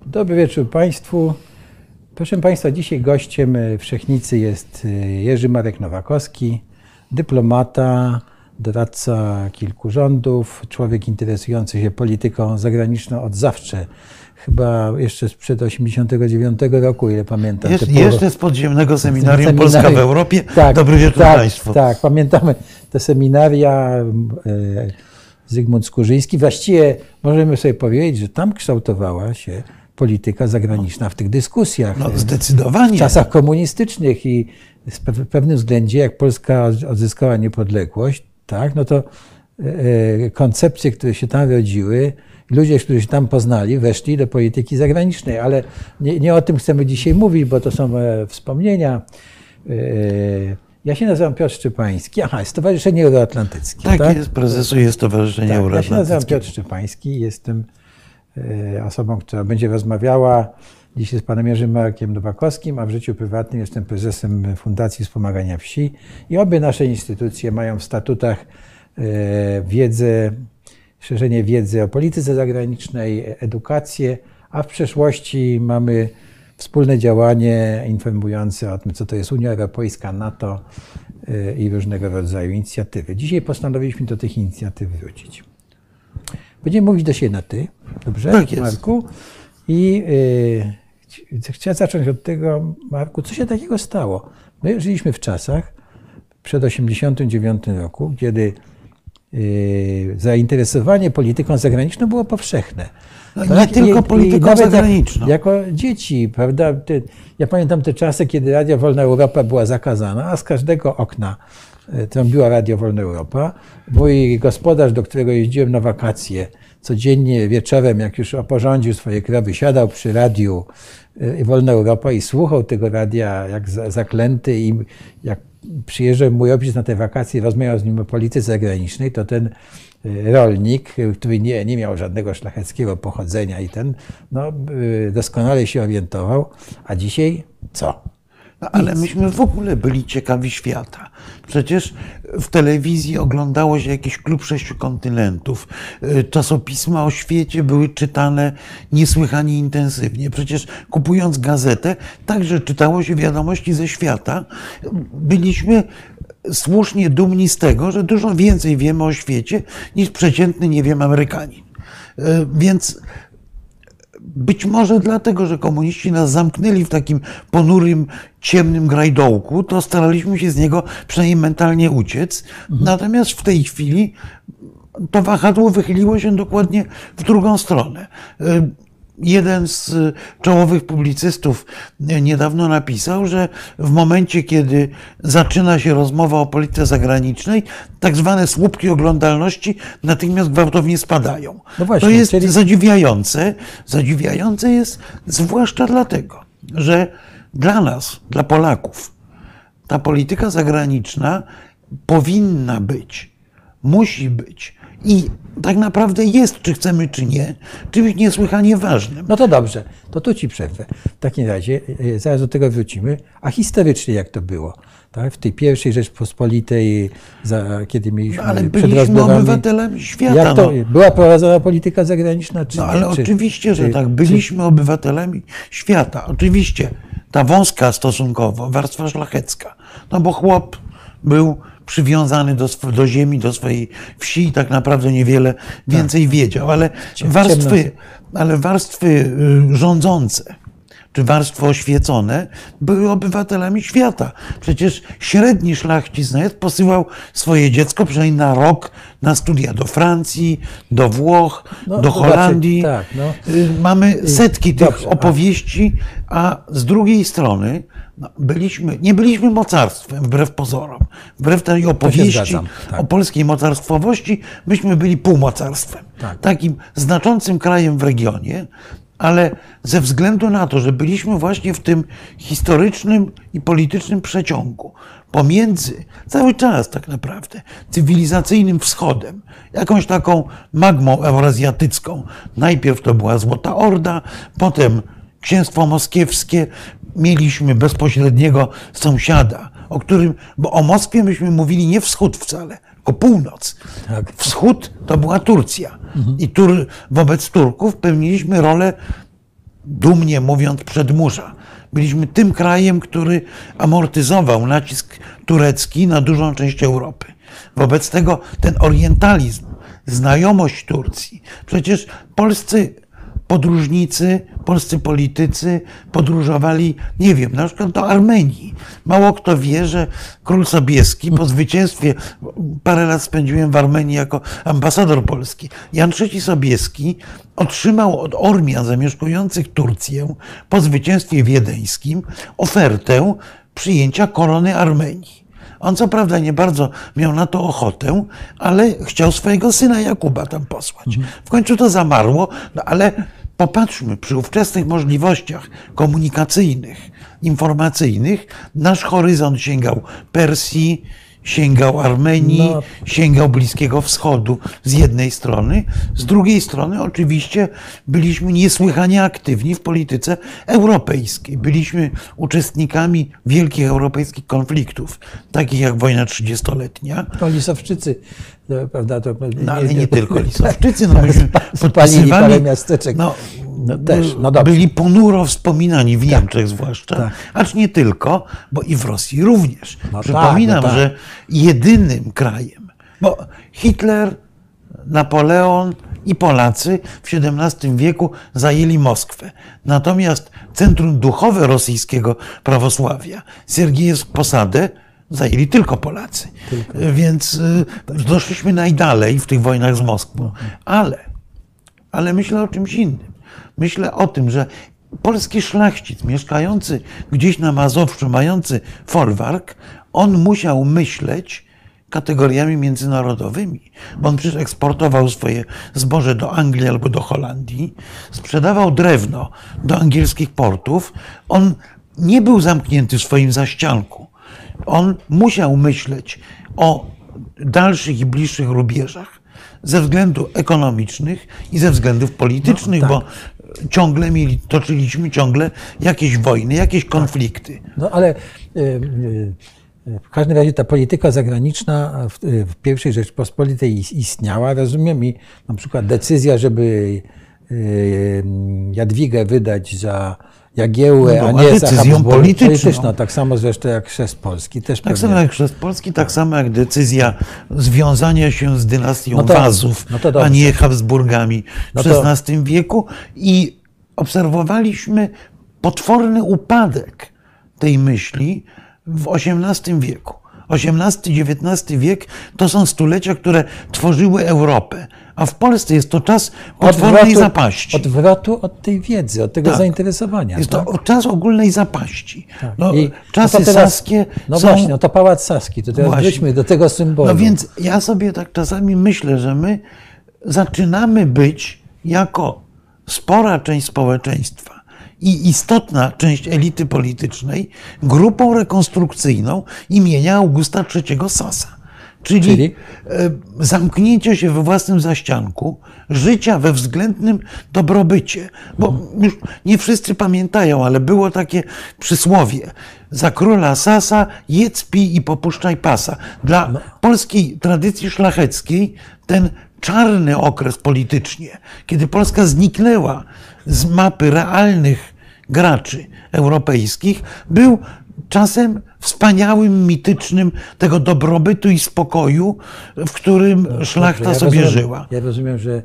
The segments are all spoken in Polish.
Dobry wieczór Państwu. Proszę Państwa, dzisiaj gościem Wszechnicy jest Jerzy Marek Nowakowski, dyplomata, doradca kilku rządów, człowiek interesujący się polityką zagraniczną od zawsze. Chyba jeszcze sprzed 1989 roku, ile pamiętam. Jeszcze z podziemnego seminarium Polska w Europie. Tak, Dobry wieczór Państwu. Tak, pamiętamy te seminaria. Zygmunt Skurzyński. Właściwie możemy sobie powiedzieć, że tam kształtowała się polityka zagraniczna w tych dyskusjach. No, zdecydowanie. W czasach komunistycznych i w pewnym względzie, jak Polska odzyskała niepodległość, tak, no to koncepcje, które się tam rodziły, ludzie, którzy się tam poznali, weszli do polityki zagranicznej, ale nie o tym chcemy dzisiaj mówić, bo to są wspomnienia. Ja się nazywam Piotr Szczepański. Stowarzyszenie Euroatlantyckie. Tak, jest, prezesuję Stowarzyszenie Euroatlantyckie. Ja się nazywam Piotr Szczepański. Jestem osobą, która będzie rozmawiała dzisiaj z panem Jerzym Markiem Nowakowskim, a w życiu prywatnym jestem prezesem Fundacji Wspomagania Wsi. I obie nasze instytucje mają w statutach szerzenie wiedzy o polityce zagranicznej, edukację, a w przeszłości mamy wspólne działanie informujące o tym, co to jest Unia Europejska, NATO i różnego rodzaju inicjatywy. Dzisiaj postanowiliśmy do tych inicjatyw wrócić. Będziemy mówić do siebie na ty, dobrze, tak Marku? I chciałem zacząć od tego, Marku, co się takiego stało? My żyliśmy w czasach przed 1989 roku, kiedy zainteresowanie polityką zagraniczną było powszechne. Nie tylko polityką zagraniczną. Jako dzieci, prawda? Ja pamiętam te czasy, kiedy Radio Wolna Europa była zakazana, a z każdego okna trąbiła Radio Wolna Europa. Mój gospodarz, do którego jeździłem na wakacje, codziennie wieczorem, jak już oporządził swoje krowy, siadał przy radiu Wolna Europa i słuchał tego radia jak zaklęty. I jak przyjeżdżał mój ojciec na te wakacje, rozmawiał z nim o polityce zagranicznej, to ten rolnik, który nie miał żadnego szlacheckiego pochodzenia i doskonale się orientował. A dzisiaj co? No, ale myśmy w ogóle byli ciekawi świata. Przecież w telewizji oglądało się jakiś Klub Sześciu Kontynentów. Czasopisma o świecie były czytane niesłychanie intensywnie. Przecież kupując gazetę, także czytało się wiadomości ze świata. Byliśmy słusznie dumni z tego, że dużo więcej wiemy o świecie niż przeciętny, nie wiem, Amerykanin. Więc być może dlatego, że komuniści nas zamknęli w takim ponurym, ciemnym grajdołku, to staraliśmy się z niego przynajmniej mentalnie uciec. Natomiast w tej chwili to wahadło wychyliło się dokładnie w drugą stronę. Jeden z czołowych publicystów niedawno napisał, że w momencie, kiedy zaczyna się rozmowa o polityce zagranicznej, tak zwane słupki oglądalności natychmiast gwałtownie spadają. No właśnie, to jest zadziwiające. Zadziwiające jest zwłaszcza dlatego, że dla nas, dla Polaków, ta polityka zagraniczna powinna być, musi być i tak naprawdę jest, czy chcemy, czy nie, czymś niesłychanie ważnym. No to dobrze, to tu ci przerwę. W takim razie, zaraz do tego wrócimy. A historycznie jak to było? Tak? W tej pierwszej Rzeczpospolitej, kiedy mieliśmy ale byliśmy obywatelami świata. Była prowadzona polityka zagraniczna, czy nie? Ale oczywiście, że tak. Byliśmy obywatelami świata. Oczywiście ta wąska stosunkowo warstwa szlachecka. No bo chłop był przywiązany do ziemi, do swojej wsi i tak naprawdę niewiele więcej wiedział. Ale warstwy rządzące czy warstwy oświecone były obywatelami świata. Przecież średni szlachcic nawet posyłał swoje dziecko przynajmniej na rok na studia do Francji, do Włoch, do Holandii. Mamy setki tych opowieści, a z drugiej strony nie byliśmy mocarstwem, wbrew pozorom. Wbrew tej opowieści o polskiej mocarstwowości, myśmy byli półmocarstwem. Takim znaczącym krajem w regionie, ale ze względu na to, że byliśmy właśnie w tym historycznym i politycznym przeciągu pomiędzy cały czas tak naprawdę cywilizacyjnym wschodem, jakąś taką magmą eurazjatycką. Najpierw to była Złota Orda, potem Księstwo Moskiewskie, mieliśmy bezpośredniego sąsiada, bo o Moskwie myśmy mówili nie wschód wcale, tylko północ. Wschód to była Turcja. I wobec Turków pełniliśmy rolę dumnie mówiąc, przedmurza. Byliśmy tym krajem, który amortyzował nacisk turecki na dużą część Europy. Wobec tego ten orientalizm, znajomość Turcji, przecież polscy podróżnicy, polscy politycy podróżowali, nie wiem, na przykład do Armenii. Mało kto wie, że król Sobieski po zwycięstwie, parę lat spędziłem w Armenii jako ambasador polski, Jan III Sobieski otrzymał od Ormian zamieszkujących Turcję po zwycięstwie wiedeńskim ofertę przyjęcia korony Armenii. On co prawda nie bardzo miał na to ochotę, ale chciał swojego syna Jakuba tam posłać. W końcu to zamarło, no ale popatrzmy, przy ówczesnych możliwościach komunikacyjnych, informacyjnych, nasz horyzont sięgał Persji, sięgał Armenii, sięgał Bliskiego Wschodu z jednej strony, z drugiej strony oczywiście byliśmy niesłychanie aktywni w polityce europejskiej. Byliśmy uczestnikami wielkich europejskich konfliktów, takich jak wojna 30-letnia. To Lisowczycy, prawda? To no ale nie tylko Lisowczycy, no myśmy podpisywali parę miasteczek. Byli ponuro wspominani w Niemczech zwłaszcza, acz nie tylko, bo i w Rosji również. Przypominam, że jedynym krajem, bo Hitler, Napoleon i Polacy w XVII wieku zajęli Moskwę. Natomiast centrum duchowe rosyjskiego prawosławia, Siergiejew Posadę, zajęli tylko Polacy. Więc doszliśmy najdalej w tych wojnach z Moskwą. Ale myślę o czymś innym. Myślę o tym, że polski szlachcic mieszkający gdzieś na Mazowszu, mający folwark, on musiał myśleć kategoriami międzynarodowymi, bo on przecież eksportował swoje zboże do Anglii albo do Holandii, sprzedawał drewno do angielskich portów. On nie był zamknięty w swoim zaścianku. On musiał myśleć o dalszych i bliższych rubieżach ze względów ekonomicznych i ze względów politycznych, bo toczyliśmy ciągle jakieś wojny, jakieś konflikty. No ale w każdym razie ta polityka zagraniczna w pierwszej Rzeczpospolitej istniała, rozumiem, i na przykład decyzja, żeby Jadwigę wydać za Jagiełłę, a nie za decyzją polityczną. Tak samo zresztą jak chrzest Polski. Też tak samo jak chrzest Polski, tak samo jak decyzja związania się z dynastią Wazów, a nie Habsburgami w XVI wieku. I obserwowaliśmy potworny upadek tej myśli w XVIII wieku. XVIII-XIX wiek to są stulecia, które tworzyły Europę, a w Polsce jest to czas potwornej zapaści. Odwrotu od tej wiedzy, od tego zainteresowania. Jest to czas ogólnej zapaści. Czasy saskie właśnie, to Pałac Saski, to teraz wróćmy do tego symbolu. No więc ja sobie tak czasami myślę, że my zaczynamy być jako spora część społeczeństwa i istotna część elity politycznej grupą rekonstrukcyjną imienia Augusta III Sasa. Czyli zamknięcie się we własnym zaścianku, życia we względnym dobrobycie. Bo już nie wszyscy pamiętają, ale było takie przysłowie: za króla Sasa jedz, pij i popuszczaj pasa. Dla polskiej tradycji szlacheckiej ten czarny okres politycznie, kiedy Polska zniknęła z mapy realnych graczy europejskich, był czasem wspaniałym, mitycznym tego dobrobytu i spokoju, w którym szlachta sobie żyła. Ja rozumiem, że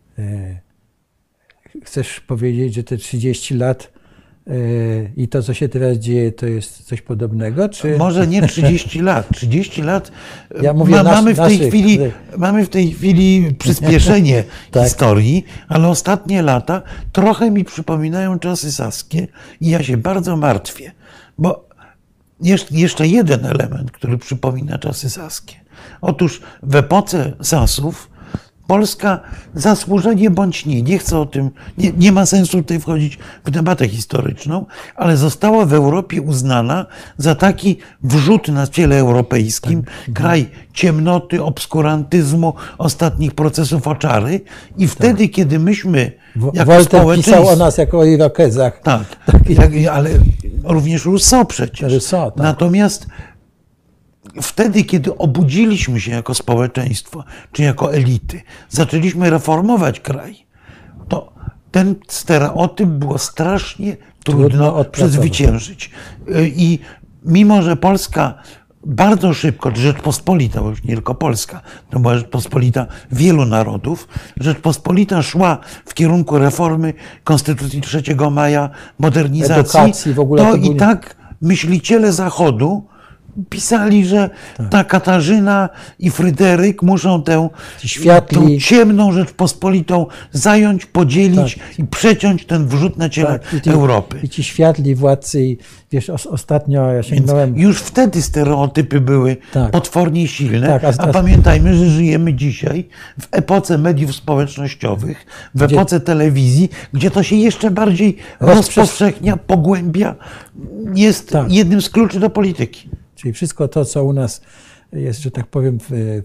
chcesz powiedzieć, że te 30 lat i to, co się teraz dzieje, to jest coś podobnego? Czy... Może nie 30 lat. 30 lat. Ja mówię mamy w tej chwili przyspieszenie historii, ale ostatnie lata trochę mi przypominają czasy saskie i ja się bardzo martwię, bo jeszcze jeden element, który przypomina czasy saskie. Otóż w epoce Sasów Polska zasłużenie bądź nie chcę o tym, nie ma sensu tutaj wchodzić w debatę historyczną, ale została w Europie uznana za taki wrzód na ciele europejskim, kraj ciemnoty, obskurantyzmu, ostatnich procesów oczary. I wtedy, kiedy myśmy jako Wolter pisał o nas jako o Irokezach. Ale również Rousseau przecież. Natomiast wtedy, kiedy obudziliśmy się jako społeczeństwo, czy jako elity, zaczęliśmy reformować kraj, to ten stereotyp było strasznie trudno przezwyciężyć. I mimo, że Polska bardzo szybko, Rzeczpospolita, bo już nie tylko Polska, to była Rzeczpospolita wielu narodów, Rzeczpospolita szła w kierunku reformy Konstytucji 3 maja, modernizacji, edukacji, w ogóle to i tak myśliciele Zachodu pisali, że ta Katarzyna i Fryderyk muszą tę ciemną Rzeczpospolitą zająć, podzielić i przeciąć ten wrzód na ciele Europy. I ci światli władcy, i wiesz, ostatnio ja sięgnąłem... Już wtedy stereotypy były potwornie silne, a pamiętajmy, że żyjemy dzisiaj w epoce mediów społecznościowych, w epoce telewizji, gdzie to się jeszcze bardziej rozpowszechnia, pogłębia, jest jednym z kluczy do polityki. Czyli wszystko to, co u nas jest, że tak powiem,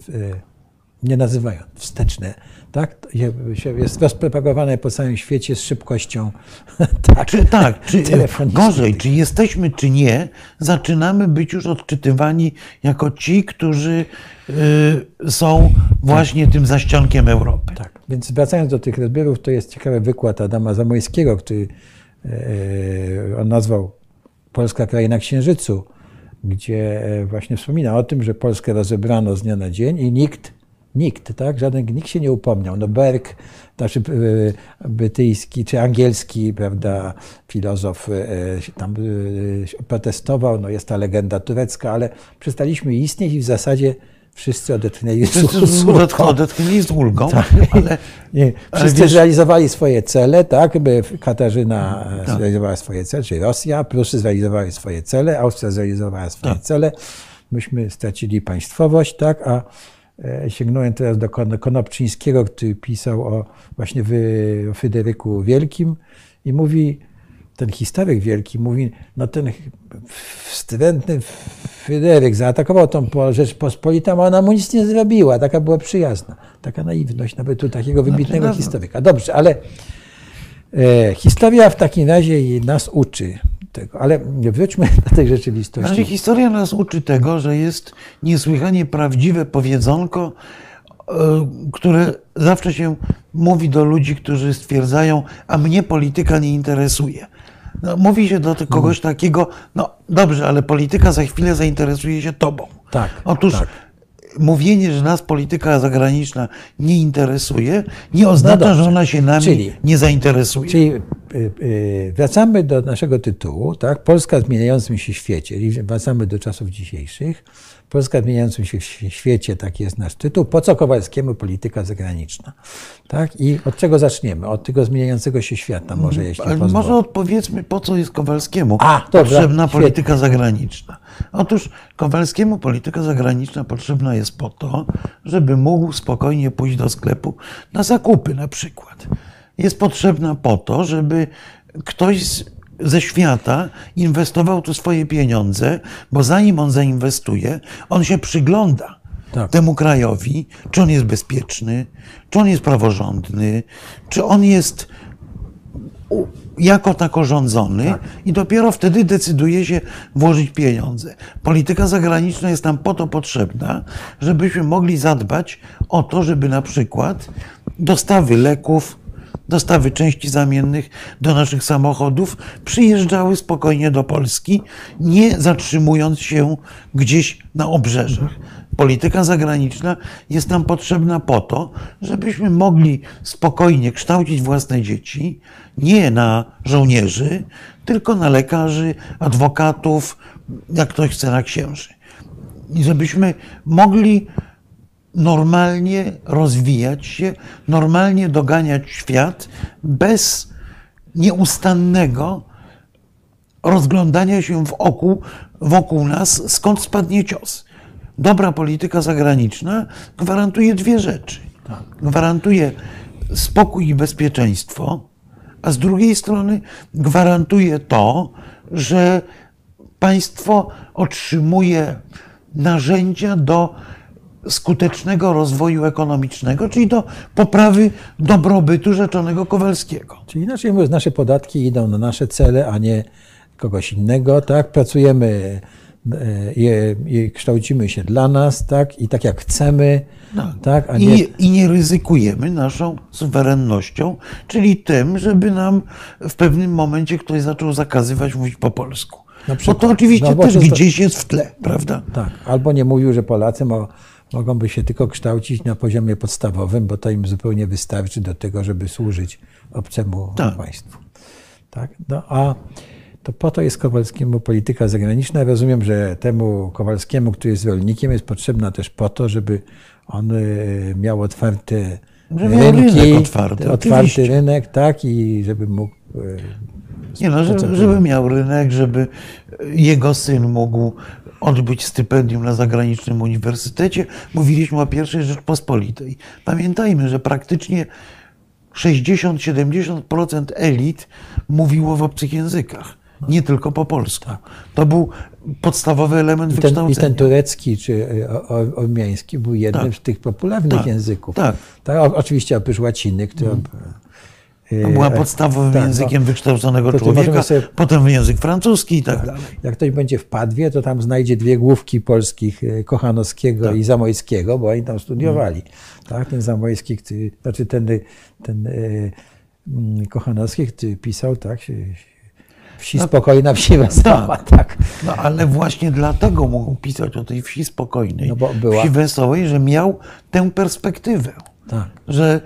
nie nazywają wsteczne, tak? Jest rozpropagowane po całym świecie z szybkością. Czy gorzej, czy jesteśmy, czy nie, zaczynamy być już odczytywani jako ci, którzy są właśnie tym zaściankiem Europy. Tak, więc wracając do tych rozbiorów, to jest ciekawy wykład Adama Zamojskiego, który on nazwał Polska kraina księżycu, gdzie właśnie wspomina o tym, że Polskę rozebrano z dnia na dzień i nikt, tak? Nikt się nie upomniał. No Berg, znaczy brytyjski czy angielski, prawda, filozof tam protestował, no jest ta legenda turecka, ale przestaliśmy istnieć i w zasadzie wszyscy odetchnęli z ulgą. Ale wszyscy zrealizowali swoje cele, tak? Katarzyna zrealizowała swoje cele, czyli Rosja, Prusy zrealizowały swoje cele, Austria zrealizowała swoje cele. Myśmy stracili państwowość, tak? A sięgnąłem teraz do Konopczyńskiego, który pisał o właśnie o Fryderyku Wielkim i mówi, ten historyk wielki mówi, no ten wstrętny Fryderyk zaatakował tą Rzeczpospolitą, a ona mu nic nie zrobiła. Taka była przyjazna. Taka naiwność nawet u takiego wybitnego historyka. Dobrze, ale historia w takim razie nas uczy tego. Ale wróćmy do tej rzeczywistości. Znaczy, historia nas uczy tego, że jest niesłychanie prawdziwe powiedzonko, które zawsze się mówi do ludzi, którzy stwierdzają, a mnie polityka nie interesuje. No, mówi się do kogoś takiego, no dobrze, ale polityka za chwilę zainteresuje się tobą. Otóż mówienie, że nas polityka zagraniczna nie interesuje, nie oznacza, że ona się nami nie zainteresuje. Czyli wracamy do naszego tytułu, tak? Polska w zmieniającym się świecie. Wracamy do czasów dzisiejszych. Polska w zmieniającym się świecie, taki jest nasz tytuł. Po co Kowalskiemu polityka zagraniczna? Tak? I od czego zaczniemy? Od tego zmieniającego się świata, może, jeśli pozwolę. Może odpowiedzmy, po co jest Kowalskiemu potrzebna polityka zagraniczna. Otóż Kowalskiemu polityka zagraniczna potrzebna jest po to, żeby mógł spokojnie pójść do sklepu na zakupy na przykład. Jest potrzebna po to, żeby ktoś ze świata inwestował tu swoje pieniądze, bo zanim on zainwestuje, on się przygląda temu krajowi, czy on jest bezpieczny, czy on jest praworządny, czy on jest jako tako rządzony i dopiero wtedy decyduje się włożyć pieniądze. Polityka zagraniczna jest nam po to potrzebna, żebyśmy mogli zadbać o to, żeby na przykład dostawy leków, dostawy części zamiennych do naszych samochodów przyjeżdżały spokojnie do Polski, nie zatrzymując się gdzieś na obrzeżach. Polityka zagraniczna jest nam potrzebna po to, żebyśmy mogli spokojnie kształcić własne dzieci, nie na żołnierzy, tylko na lekarzy, adwokatów, jak ktoś chce na księży. I żebyśmy mogli normalnie rozwijać się, normalnie doganiać świat bez nieustannego rozglądania się wokół nas, skąd spadnie cios. Dobra polityka zagraniczna gwarantuje dwie rzeczy. Gwarantuje spokój i bezpieczeństwo, a z drugiej strony gwarantuje to, że państwo otrzymuje narzędzia do skutecznego rozwoju ekonomicznego, czyli do poprawy dobrobytu rzeczonego Kowalskiego. Czyli inaczej mówiąc, nasze podatki idą na nasze cele, a nie kogoś innego, tak? Pracujemy i kształcimy się dla nas, tak, i tak jak chcemy, tak, a nie... I nie ryzykujemy naszą suwerennością, czyli tym, żeby nam w pewnym momencie ktoś zaczął zakazywać mówić po polsku. Bo to oczywiście też gdzieś jest w tle, prawda? Tak, albo nie mówił, że Polacy mogą się tylko kształcić na poziomie podstawowym, bo to im zupełnie wystarczy do tego, żeby służyć obcemu państwu. Tak? No, a to po to jest Kowalskiemu polityka zagraniczna. Rozumiem, że temu Kowalskiemu, który jest rolnikiem, jest potrzebna też po to, żeby on miał otwarte rynki, otwarty rynek, tak, i żeby mógł... żeby miał rynek, żeby jego syn mógł odbyć stypendium na zagranicznym uniwersytecie. Mówiliśmy o I Rzeczpospolitej. Pamiętajmy, że praktycznie 60-70% elit mówiło w obcych językach, nie tylko po polsku. To był podstawowy element wykształcenia. I ten turecki czy ormiański był jednym z tych popularnych języków. Oczywiście oprócz łaciny, która... była podstawowym językiem wykształconego człowieka, potem język francuski i tak dalej. Jak ktoś będzie w Padwie, to tam znajdzie dwie główki polskich, Kochanowskiego i Zamojskiego, bo oni tam studiowali. Tak? Ten Zamojski, ten Kochanowski, który pisał, tak, Wsi spokojna, wsi wesoła. Tak. No ale właśnie dlatego mógł pisać o tej wsi spokojnej, wsi wesołej, że miał tę perspektywę. Że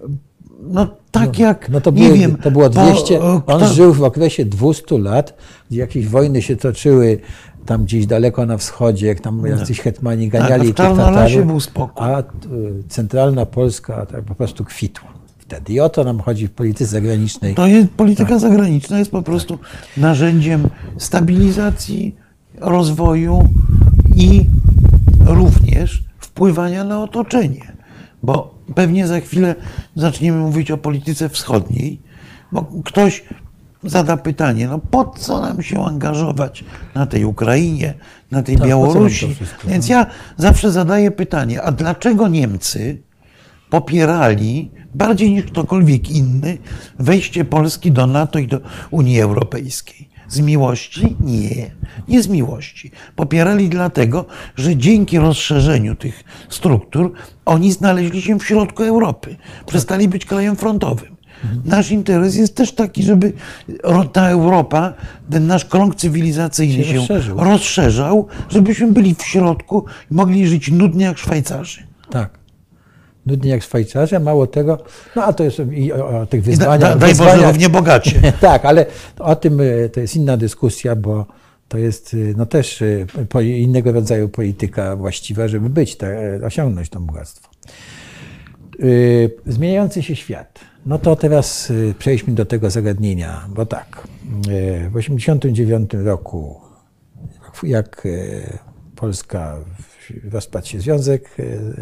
to było 200, on żył w okresie 200 lat, gdzie jakieś wojny się toczyły tam gdzieś daleko na wschodzie, jak tam jacyś hetmani ganiali w Czarnolasie był spokój. A centralna Polska tak po prostu kwitła wtedy. I o to nam chodzi w polityce zagranicznej. Polityka zagraniczna jest po prostu narzędziem stabilizacji, rozwoju i również wpływania na otoczenie. Bo pewnie za chwilę zaczniemy mówić o polityce wschodniej, bo ktoś zada pytanie, po co nam się angażować na tej Ukrainie, na tej Białorusi? Więc ja zawsze zadaję pytanie, a dlaczego Niemcy popierali bardziej niż ktokolwiek inny wejście Polski do NATO i do Unii Europejskiej? Z miłości? Nie, nie z miłości. Popierali dlatego, że dzięki rozszerzeniu tych struktur oni znaleźli się w środku Europy. Przestali być krajem frontowym. Nasz interes jest też taki, żeby ta Europa, ten nasz krąg cywilizacyjny się rozszerzał, żebyśmy byli w środku i mogli żyć nudnie jak Szwajcarzy. Tak. Nudnie jak Szwajcarzy, mało tego, a to jest o tych wyzwaniach. Daj Boże, równie bogacie. Tak, ale o tym to jest inna dyskusja, bo to jest też innego rodzaju polityka właściwa, żeby osiągnąć to bogactwo. Zmieniający się świat. To teraz przejdźmy do tego zagadnienia, bo tak, w 1989 roku, jak Polska rozpadł się Związek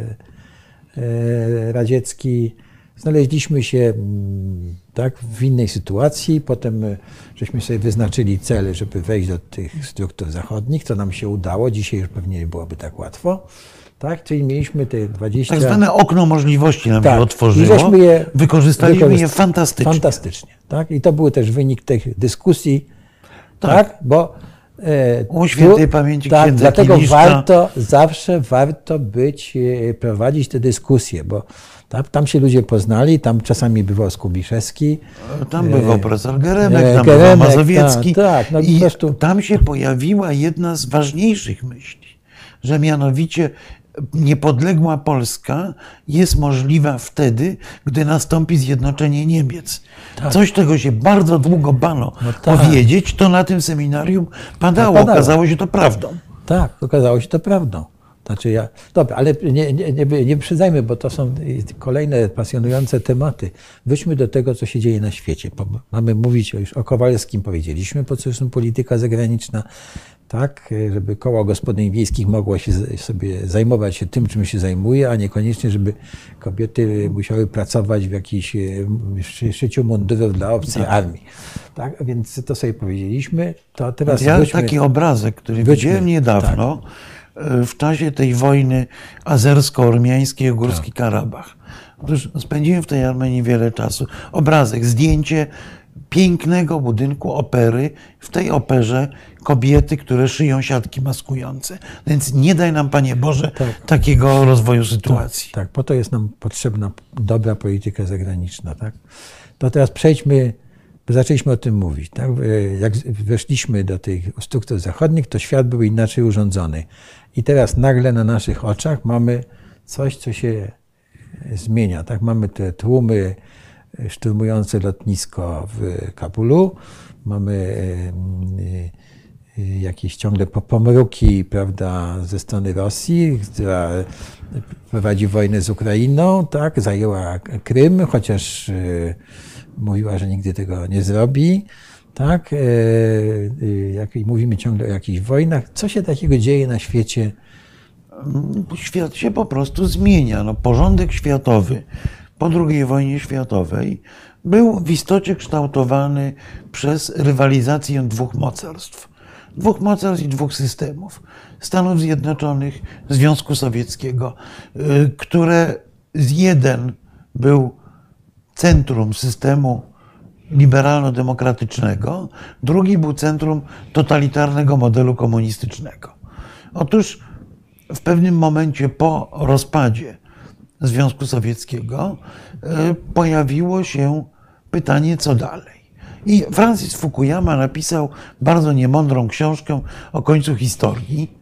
Radziecki, znaleźliśmy się w innej sytuacji. Potem żeśmy sobie wyznaczyli cele, żeby wejść do tych struktur zachodnich, co nam się udało. Dzisiaj już pewnie nie byłoby tak łatwo. Tak? Czyli mieliśmy te 20... Tak zwane okno możliwości nam się otworzyło. Wykorzystaliśmy je fantastycznie. Fantastycznie. Tak? I to był też wynik tych dyskusji, bo u świętej pamięci księdza dlatego zawsze warto prowadzić te dyskusje, bo tam się ludzie poznali, tam czasami bywał Skubiszewski. Tam bywał profesor Geremek, tam bywał Mazowiecki. I tam się pojawiła jedna z ważniejszych myśli, że mianowicie niepodległa Polska jest możliwa wtedy, gdy nastąpi zjednoczenie Niemiec. Coś, czego się bardzo długo bano powiedzieć, to na tym seminarium padało. Okazało się to prawdą. Tak, okazało się to prawdą. Dobra, ale nie wyprzedzajmy, bo to są kolejne pasjonujące tematy. Wróćmy do tego, co się dzieje na świecie. Mamy mówić już o Kowalskim, powiedzieliśmy, po co jest polityka zagraniczna, tak, żeby koło gospodyń wiejskich mogło się sobie zajmować się tym, czym się zajmuje, a niekoniecznie, żeby kobiety musiały pracować w jakimś szyciu mundurów dla obcej armii. Tak, więc to sobie powiedzieliśmy. To teraz taki obrazek, który widziałem niedawno, w czasie tej wojny azersko-ormiańskiej o Górski Karabach. Otóż spędziłem w tej Armenii wiele czasu. Obrazek, zdjęcie pięknego budynku opery, w tej operze kobiety, które szyją siatki maskujące. Więc nie daj nam, Panie Boże, takiego rozwoju sytuacji. Tak, po to jest nam potrzebna dobra polityka zagraniczna. Tak? To teraz przejdźmy, bo zaczęliśmy o tym mówić. Tak? Jak weszliśmy do tych struktur zachodnich, to świat był inaczej urządzony. I teraz nagle na naszych oczach mamy coś, co się zmienia. Tak? Mamy te tłumy szturmujące lotnisko w Kabulu, mamy jakieś ciągle pomruki, prawda, ze strony Rosji, która prowadzi wojnę z Ukrainą, tak, zajęła Krym, chociaż mówiła, że nigdy tego nie zrobi. Tak, mówimy ciągle o jakichś wojnach. Co się takiego dzieje na świecie? Świat się po prostu zmienia. No, porządek światowy po II wojnie światowej był w istocie kształtowany przez rywalizację dwóch mocarstw. Dwóch mocarstw i dwóch systemów. Stanów Zjednoczonych, Związku Sowieckiego, które jeden był centrum systemu liberalno-demokratycznego, drugi był centrum totalitarnego modelu komunistycznego. Otóż w pewnym momencie po rozpadzie Związku Sowieckiego pojawiło się pytanie, co dalej. I Francis Fukuyama napisał bardzo niemądrą książkę o końcu historii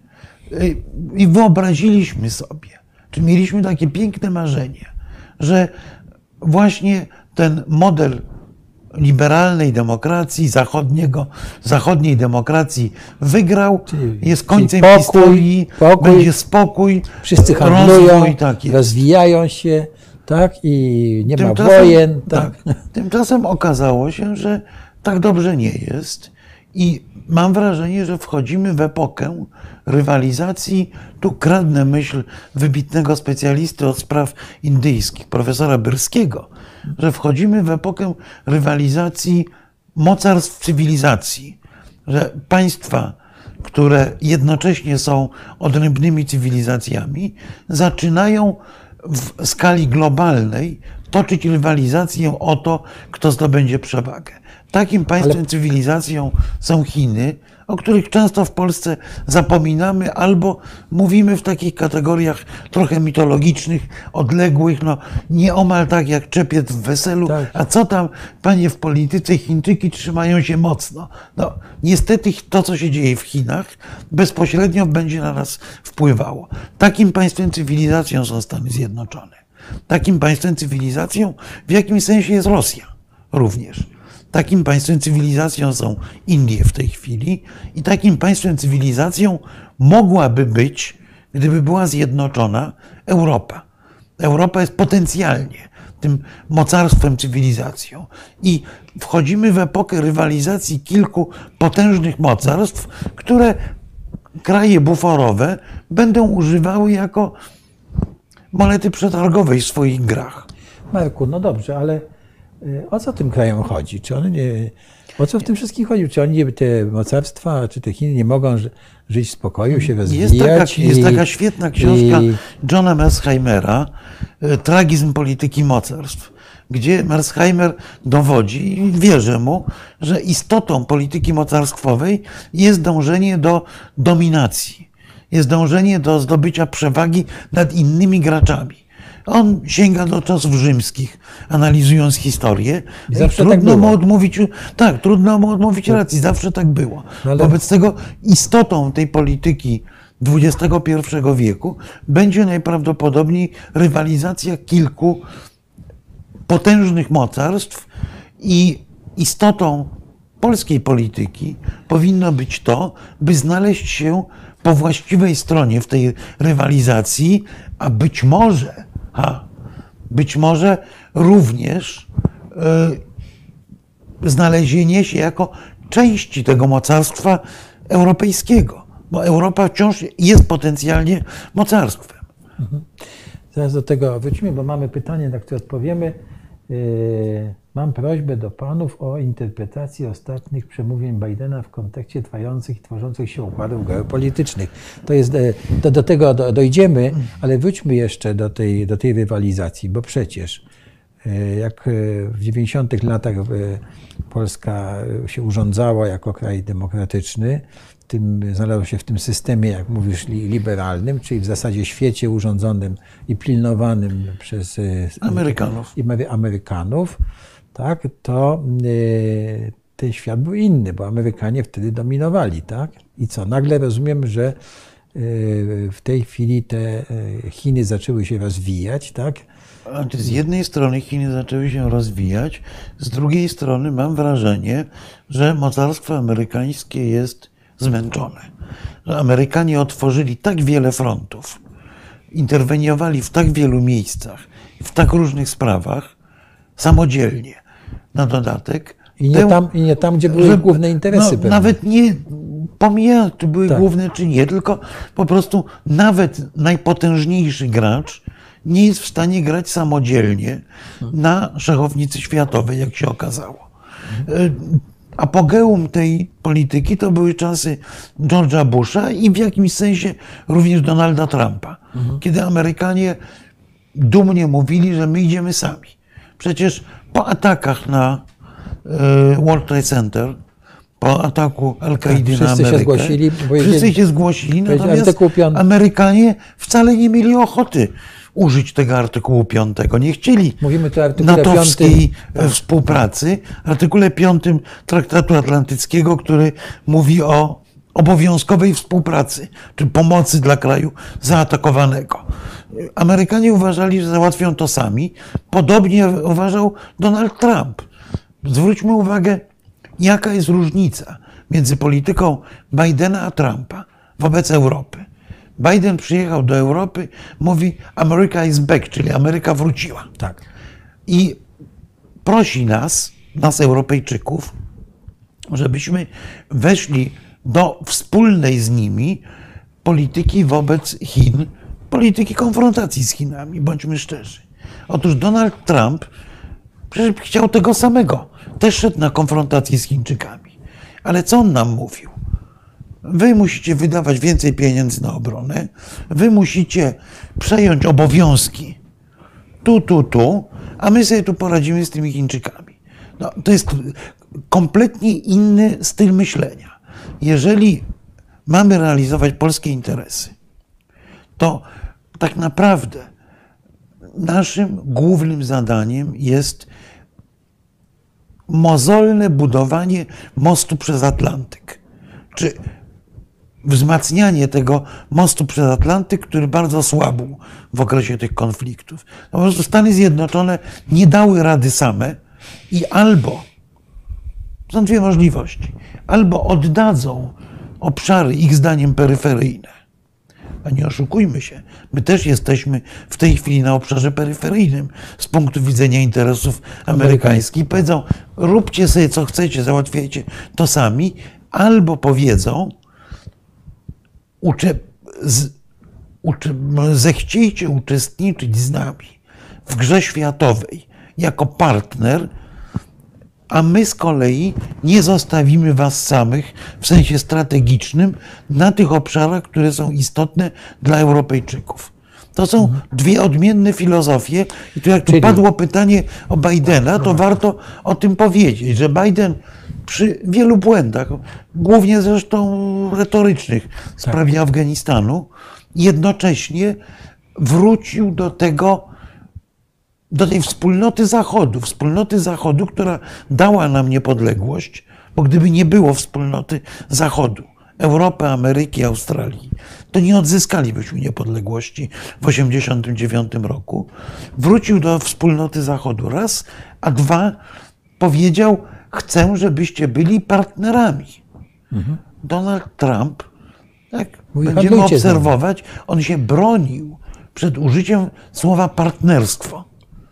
i wyobraziliśmy sobie, czy mieliśmy takie piękne marzenie, że właśnie ten model liberalnej demokracji, zachodniej demokracji wygrał, jest końcem historii, będzie spokój, wszyscy handlują, rozwijają się, tak, i nie ma wojen. Tak. Tymczasem okazało się, że tak dobrze nie jest i mam wrażenie, że wchodzimy w epokę rywalizacji, tu kradnę myśl wybitnego specjalisty od spraw indyjskich, profesora Byrskiego, że wchodzimy w epokę rywalizacji mocarstw cywilizacji, że państwa, które jednocześnie są odrębnymi cywilizacjami, zaczynają w skali globalnej toczyć rywalizację o to, kto zdobędzie przewagę. Takim państwem, cywilizacją są Chiny, o których często w Polsce zapominamy albo mówimy w takich kategoriach trochę mitologicznych, odległych, no nieomal tak jak czepiec w weselu, tak. A co tam, panie, w polityce Chińczyki trzymają się mocno. No, niestety to, co się dzieje w Chinach, bezpośrednio będzie na nas wpływało. Takim państwem, cywilizacją są Stany Zjednoczone. Takim państwem, cywilizacją w jakimś sensie jest Rosja również. Takim państwem, cywilizacją są Indie w tej chwili i takim państwem, cywilizacją mogłaby być, gdyby była zjednoczona, Europa. Europa jest potencjalnie tym mocarstwem, cywilizacją. I wchodzimy w epokę rywalizacji kilku potężnych mocarstw, które kraje buforowe będą używały jako monety przetargowej w swoich grach. Marku, no dobrze, ale o co tym krajom chodzi? Czy one nie, o co w tym wszystkim chodzi? Czy oni, te mocarstwa, czy te Chiny nie mogą żyć w spokoju, się rozwijać? Jest taka świetna książka Johna Mersheimera, Tragizm polityki mocarstw, gdzie Mersheimer dowodzi i wierzę mu, że istotą polityki mocarstwowej jest dążenie do dominacji, jest dążenie do zdobycia przewagi nad innymi graczami. On sięga do czasów rzymskich, analizując historię. Trudno mu odmówić, tak, trudno mu odmówić racji, zawsze tak było. Wobec tego istotą tej polityki XXI wieku będzie najprawdopodobniej rywalizacja kilku potężnych mocarstw i istotą polskiej polityki powinno być to, by znaleźć się po właściwej stronie w tej rywalizacji, a być może również znalezienie się jako części tego mocarstwa europejskiego, bo Europa wciąż jest potencjalnie mocarstwem. Zaraz do tego wrócimy, bo mamy pytanie, na które odpowiemy. Mam prośbę do panów o interpretację ostatnich przemówień Bidena w kontekście trwających i tworzących się układów geopolitycznych. Do tego dojdziemy, ale wróćmy jeszcze do tej rywalizacji, bo przecież Jak w 90-tych latach Polska się urządzała jako kraj demokratyczny, znalazło się w tym systemie, jak mówisz, liberalnym, czyli w zasadzie świecie urządzonym i pilnowanym przez Amerykanów, tak, to ten świat był inny, bo Amerykanie wtedy dominowali, tak? I co? Nagle rozumiem, że w tej chwili te Chiny zaczęły się rozwijać, tak? Z jednej strony Chiny zaczęły się rozwijać, z drugiej strony mam wrażenie, że mocarstwo amerykańskie jest zmęczone. Że Amerykanie otworzyli tak wiele frontów, interweniowali w tak wielu miejscach, w tak różnych sprawach, samodzielnie. Na dodatek. I nie tam, gdzie były główne interesy. Nawet nie pomijając, czy były główne, czy nie, tylko po prostu nawet najpotężniejszy gracz nie jest w stanie grać samodzielnie na szachownicy światowej, jak się okazało. Apogeum tej polityki to były czasy George'a Busha i w jakimś sensie również Donalda Trumpa, kiedy Amerykanie dumnie mówili, że my idziemy sami. Przecież po atakach na World Trade Center, po ataku Al-Kaidy na Amerykę, wszyscy się zgłosili, natomiast Amerykanie wcale nie mieli ochoty użyć tego artykułu 5. Nie chcieli natowskiej współpracy, artykule 5 Traktatu Atlantyckiego, który mówi o obowiązkowej współpracy, czy pomocy dla kraju zaatakowanego. Amerykanie uważali, że załatwią to sami. Podobnie uważał Donald Trump. Zwróćmy uwagę, jaka jest różnica między polityką Bidena a Trumpa wobec Europy. Biden przyjechał do Europy, mówi America is back, czyli Ameryka wróciła. Tak. I prosi nas Europejczyków, żebyśmy weszli do wspólnej z nimi polityki wobec Chin, polityki konfrontacji z Chinami, bądźmy szczerzy. Otóż Donald Trump przecież chciał tego samego. Też szedł na konfrontację z Chińczykami. Ale co on nam mówił? Wy musicie wydawać więcej pieniędzy na obronę, wy musicie przejąć obowiązki tu, a my sobie tu poradzimy z tymi Chińczykami. No, to jest kompletnie inny styl myślenia. Jeżeli mamy realizować polskie interesy, to tak naprawdę naszym głównym zadaniem jest mozolne budowanie mostu przez Atlantyk. Czy wzmacnianie tego mostu przez Atlantyk, który bardzo słabł w okresie tych konfliktów. No po prostu Stany Zjednoczone nie dały rady same i albo, są dwie możliwości, albo oddadzą obszary ich zdaniem peryferyjne, a nie oszukujmy się, my też jesteśmy w tej chwili na obszarze peryferyjnym z punktu widzenia interesów amerykańskich. Powiedzą, róbcie sobie co chcecie, załatwiajcie to sami, albo powiedzą, zechciejcie uczestniczyć z nami w grze światowej jako partner, a my z kolei nie zostawimy was samych w sensie strategicznym na tych obszarach, które są istotne dla Europejczyków. To są dwie odmienne filozofie i tu jak tu padło pytanie o Bidena, to warto o tym powiedzieć, że Biden przy wielu błędach, głównie zresztą retorycznych w sprawie Afganistanu, jednocześnie wrócił do tej wspólnoty Zachodu, która dała nam niepodległość, bo gdyby nie było wspólnoty Zachodu, Europy, Ameryki, Australii, to nie odzyskalibyśmy niepodległości w 1989 roku. Wrócił do wspólnoty Zachodu raz, a dwa powiedział, chcę, żebyście byli partnerami. Donald Trump, tak, będziemy obserwować, on się bronił przed użyciem słowa partnerstwo.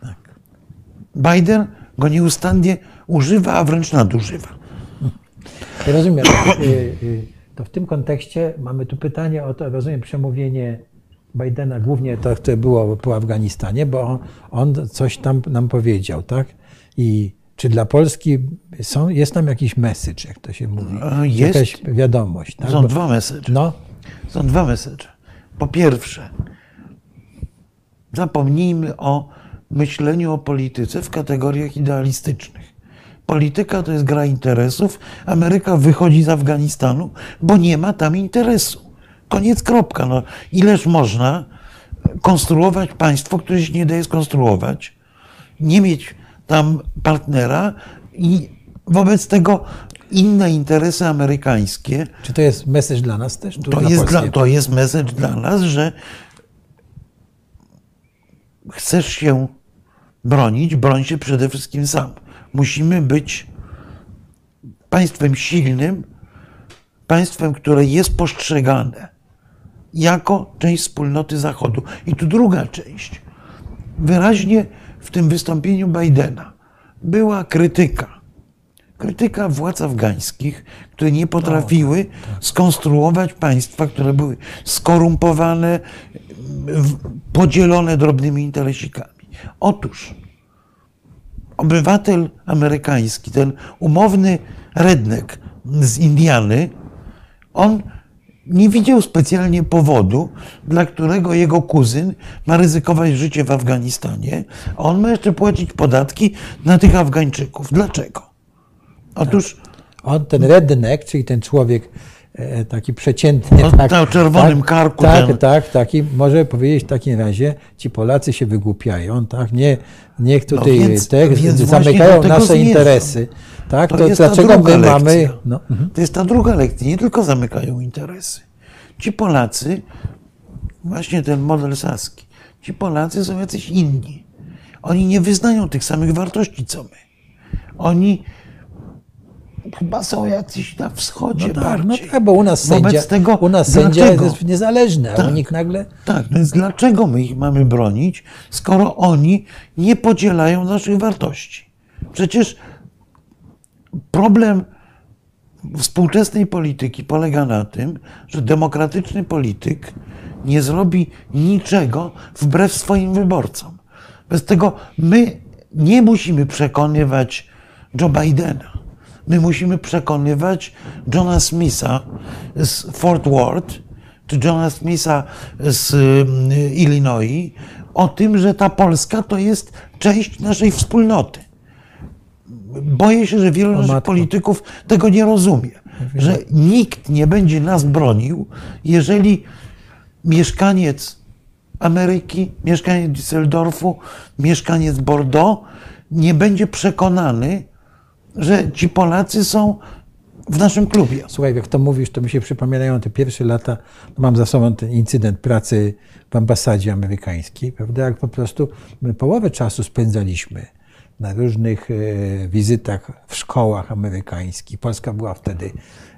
Biden go nieustannie używa, a wręcz nadużywa. Rozumiem. To w tym kontekście mamy tu pytanie o to, rozumiem, przemówienie Bidena, głównie to, które było po Afganistanie, bo on coś tam nam powiedział, tak? I czy dla Polski jest tam jakiś message, jak to się mówi? Jest. Jakaś wiadomość. Tak? Są dwa message. No. Są dwa message. Po pierwsze, zapomnijmy o myśleniu o polityce w kategoriach idealistycznych. Polityka to jest gra interesów. Ameryka wychodzi z Afganistanu, bo nie ma tam interesu. Koniec, kropka. No, ileż można konstruować państwo, które się nie daje skonstruować, nie mieć tam partnera i wobec tego inne interesy amerykańskie. Czy to jest message dla nas też? To jest message dla nas, że chcesz się bronić, broń się przede wszystkim sam. Musimy być państwem silnym, państwem, które jest postrzegane jako część wspólnoty Zachodu. I tu druga część. Wyraźnie w tym wystąpieniu Bidena była krytyka. Krytyka władz afgańskich, które nie potrafiły skonstruować państwa, które były skorumpowane, podzielone drobnymi interesikami. Otóż obywatel amerykański, ten umowny redneck z Indiany, on nie widział specjalnie powodu, dla którego jego kuzyn ma ryzykować życie w Afganistanie, a on ma jeszcze płacić podatki na tych Afgańczyków. Dlaczego? Otóż on, ten redneck, czyli ten człowiek taki przeciętny. O czerwonym karku. Taki, może powiedzieć w takim razie, ci Polacy się wygłupiają, tak? Niech tutaj więc zamykają nasze interesy. Tak? To dlaczego my mamy... No. To jest ta druga lekcja. Nie tylko zamykają interesy. Ci Polacy, właśnie ten model saski, ci Polacy są jacyś inni. Oni nie wyznają tych samych wartości, co my. Oni chyba są jacyś na wschodzie bardziej. No tak, bo u nas sędzia jest niezależny, a u nich nagle... Tak, no więc dlaczego my ich mamy bronić, skoro oni nie podzielają naszych wartości? Przecież problem współczesnej polityki polega na tym, że demokratyczny polityk nie zrobi niczego wbrew swoim wyborcom. Bez tego my nie musimy przekonywać Joe Bidena. My musimy przekonywać Johna Smitha z Fort Worth, czy Johna Smitha z Illinois o tym, że ta Polska to jest część naszej wspólnoty. Boję się, że wielu naszych polityków tego nie rozumie. Że nikt nie będzie nas bronił, jeżeli mieszkaniec Ameryki, mieszkaniec Düsseldorfu, mieszkaniec Bordeaux nie będzie przekonany, że ci Polacy są w naszym klubie. Słuchaj, jak to mówisz, to mi się przypominają te pierwsze lata. Mam za sobą ten incydent pracy w ambasadzie amerykańskiej, prawda? Jak po prostu my połowę czasu spędzaliśmy na różnych wizytach w szkołach amerykańskich. Polska była wtedy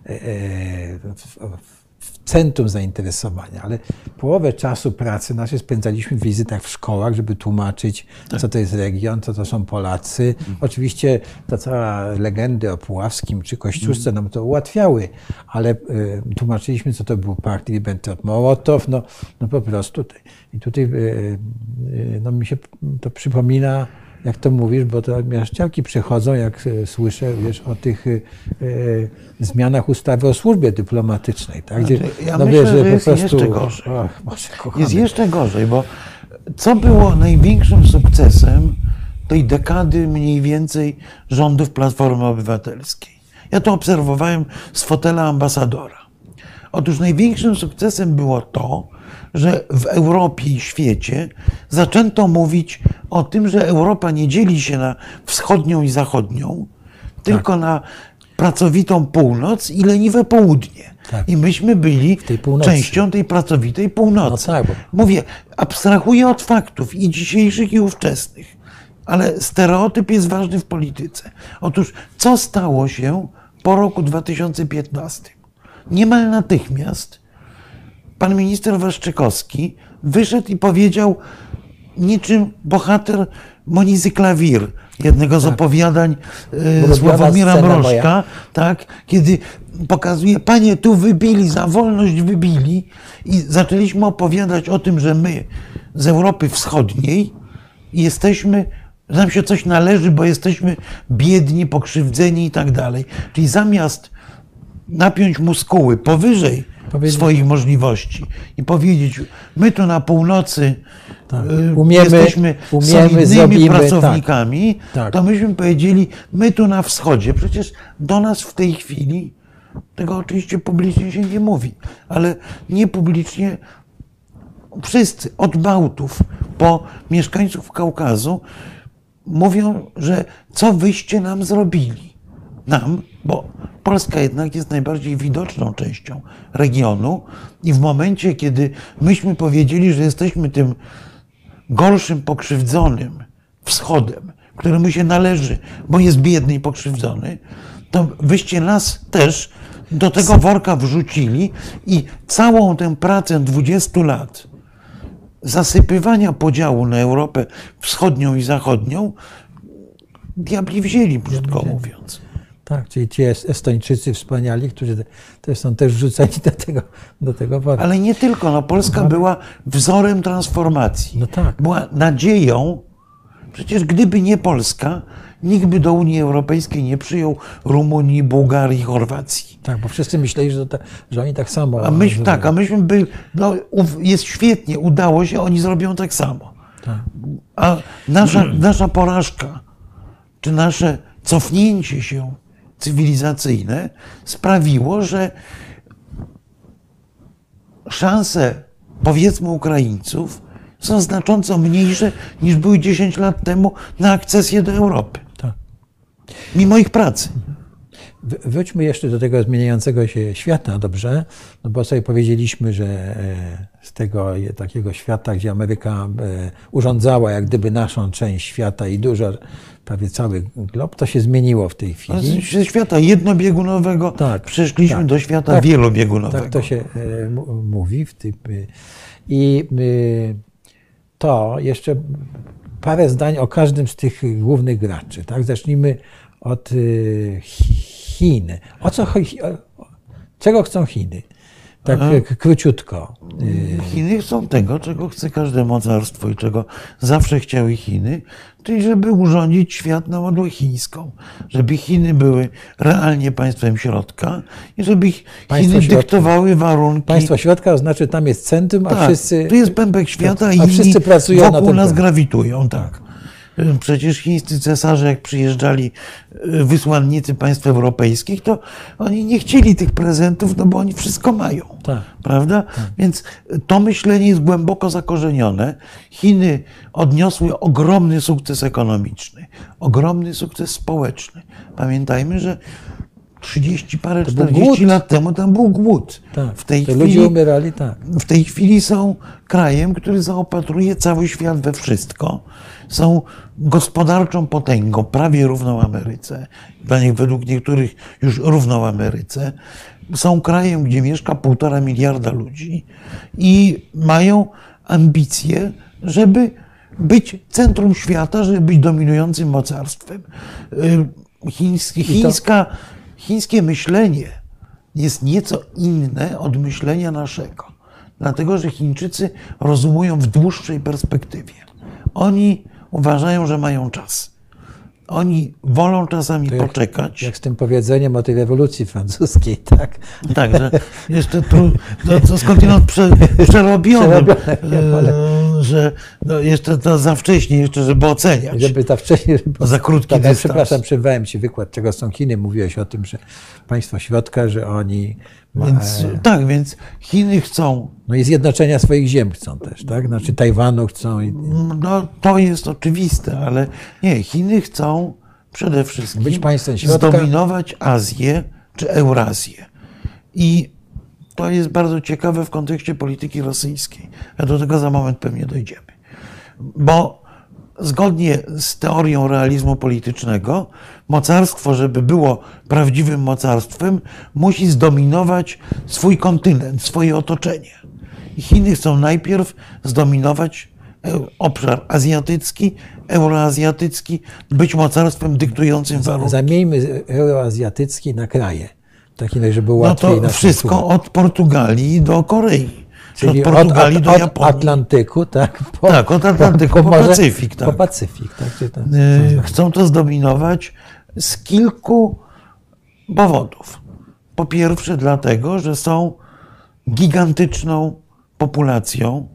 w centrum zainteresowania, ale połowę czasu pracy naszej spędzaliśmy w wizytach w szkołach, żeby tłumaczyć, co to jest region, co to są Polacy. Oczywiście ta cała legendy o Puławskim czy Kościuszce nam to ułatwiały, ale tłumaczyliśmy, co to był pakt Ribbentrop-Mołotow, no po prostu. I tutaj no, mi się to przypomina, jak to mówisz, bo to mieszczanki przychodzą, jak słyszę, wiesz, o tych zmianach ustawy o służbie dyplomatycznej. Tak? Gdzie, ja myślę, że jest jeszcze gorzej. Jest jeszcze gorzej, bo co było największym sukcesem tej dekady mniej więcej rządów Platformy Obywatelskiej? Ja to obserwowałem z fotela ambasadora. Otóż największym sukcesem było to, że w Europie i świecie zaczęto mówić o tym, że Europa nie dzieli się na wschodnią i zachodnią, tylko na pracowitą północ i leniwe południe. I myśmy byli częścią tej pracowitej północy. Mówię, abstrahuję od faktów i dzisiejszych, i ówczesnych, ale stereotyp jest ważny w polityce. Otóż co stało się po roku 2015? Niemal natychmiast pan minister Waszczykowski wyszedł i powiedział niczym bohater Monizy Klawir, jednego z opowiadań Sławomira Mrożka, tak, kiedy pokazuje, panie, tu wybili, za wolność wybili, i zaczęliśmy opowiadać o tym, że my z Europy Wschodniej jesteśmy, nam się coś należy, bo jesteśmy biedni, pokrzywdzeni i tak dalej. Czyli zamiast napiąć muskuły powyżej swoich możliwości i powiedzieć, my tu na północy Tak. Jesteśmy solidnymi zrobimy, pracownikami, tak. to myśmy powiedzieli, my tu na wschodzie, przecież do nas w tej chwili, tego oczywiście publicznie się nie mówi, ale niepublicznie wszyscy, od Bałtów po mieszkańców Kaukazu, mówią, że co wyście nam zrobili. Nam, bo Polska jednak jest najbardziej widoczną częścią regionu i w momencie, kiedy myśmy powiedzieli, że jesteśmy tym gorszym, pokrzywdzonym wschodem, któremu się należy, bo jest biedny i pokrzywdzony, to wyście nas też do tego worka wrzucili i całą tę pracę 20 lat zasypywania podziału na Europę wschodnią i zachodnią diabli wzięli, brzydko mówiąc. Tak, czyli ci Estończycy wspaniali, którzy też są też wrzuceni do tego worka. Ale nie tylko. No, Polska była wzorem transformacji. No tak. Była nadzieją. Przecież gdyby nie Polska, nikt by do Unii Europejskiej nie przyjął Rumunii, Bułgarii, Chorwacji. Tak, bo wszyscy myśleli, że oni tak samo. A myśmy byli, no, jest świetnie, udało się, oni zrobią tak samo. Tak. A nasza porażka, czy nasze cofnięcie się cywilizacyjne sprawiło, że szanse, powiedzmy, Ukraińców są znacząco mniejsze niż były 10 lat temu na akcesję do Europy. Tak. Mimo ich pracy. Wróćmy jeszcze do tego zmieniającego się świata, dobrze? No bo sobie powiedzieliśmy, że z tego takiego świata, gdzie Ameryka urządzała jak gdyby naszą część świata i dużo, prawie cały glob, to się zmieniło w tej chwili. Ze świata jednobiegunowego przeszliśmy do świata wielobiegunowego. Tak to się mówi. I to jeszcze parę zdań o każdym z tych głównych graczy. Tak? Zacznijmy od Chin. Czego chcą Chiny? Tak króciutko. Chiny chcą tego, czego chce każde mocarstwo i czego zawsze chciały Chiny, czyli żeby urządzić świat na modłę chińską. Żeby Chiny były realnie państwem środka i żeby Chiny dyktowały warunki. Państwo środka oznacza, tam jest centrum, a wszyscy... Tu jest pępek świata i wszyscy pracują wokół nas grawitują. Tak. Przecież chińscy cesarze, jak przyjeżdżali wysłannicy państw europejskich, to oni nie chcieli tych prezentów, no bo oni wszystko mają. Tak. Prawda? Tak. Więc to myślenie jest głęboko zakorzenione. Chiny odniosły ogromny sukces ekonomiczny, ogromny sukces społeczny. Pamiętajmy, że 30 parę, 40 lat temu tam był głód. Tak. W tej chwili ludzie umierali, tak. W tej chwili są krajem, który zaopatruje cały świat we wszystko. Są gospodarczą potęgą, prawie równą Ameryce, według niektórych już równą Ameryce. Są krajem, gdzie mieszka 1,5 miliarda ludzi i mają ambicje, żeby być centrum świata, żeby być dominującym mocarstwem. Chińskie myślenie jest nieco inne od myślenia naszego, dlatego że Chińczycy rozumują w dłuższej perspektywie. Oni uważają, że mają czas. Oni wolą czasami poczekać. Jak z tym powiedzeniem o tej rewolucji francuskiej, tak? Tak, że jeszcze tu, to skądinąd przerobione, że no jeszcze to za wcześnie, jeszcze żeby oceniać. Żeby za wcześnie, za krótki dystans. Przepraszam, przerwałem Ci wykład, czego są Chiny. Mówiłeś o tym, że państwo środka, że oni... Tak, więc Chiny chcą... No i zjednoczenia swoich ziem chcą też, tak? Znaczy Tajwanu chcą... No to jest oczywiste, ale nie, Chiny chcą przede wszystkim być państwem środka, zdominować Azję czy Eurazję. I to jest bardzo ciekawe w kontekście polityki rosyjskiej. A do tego za moment pewnie dojdziemy. Bo zgodnie z teorią realizmu politycznego, mocarstwo, żeby było prawdziwym mocarstwem, musi zdominować swój kontynent, swoje otoczenie. I Chiny chcą najpierw zdominować obszar azjatycki, euroazjatycki, być mocarstwem dyktującym warunki. Zamieńmy euroazjatycki na kraje. Takie, żeby łatwiej. No to wszystko od Portugalii do Korei. Czyli od Portugalii do Japonii. Od Atlantyku, tak? Tak, od Atlantyku po Pacyfik. Tak. Po Pacyfik, tak? Chcą to zdominować z kilku powodów. Po pierwsze dlatego, że są gigantyczną populacją,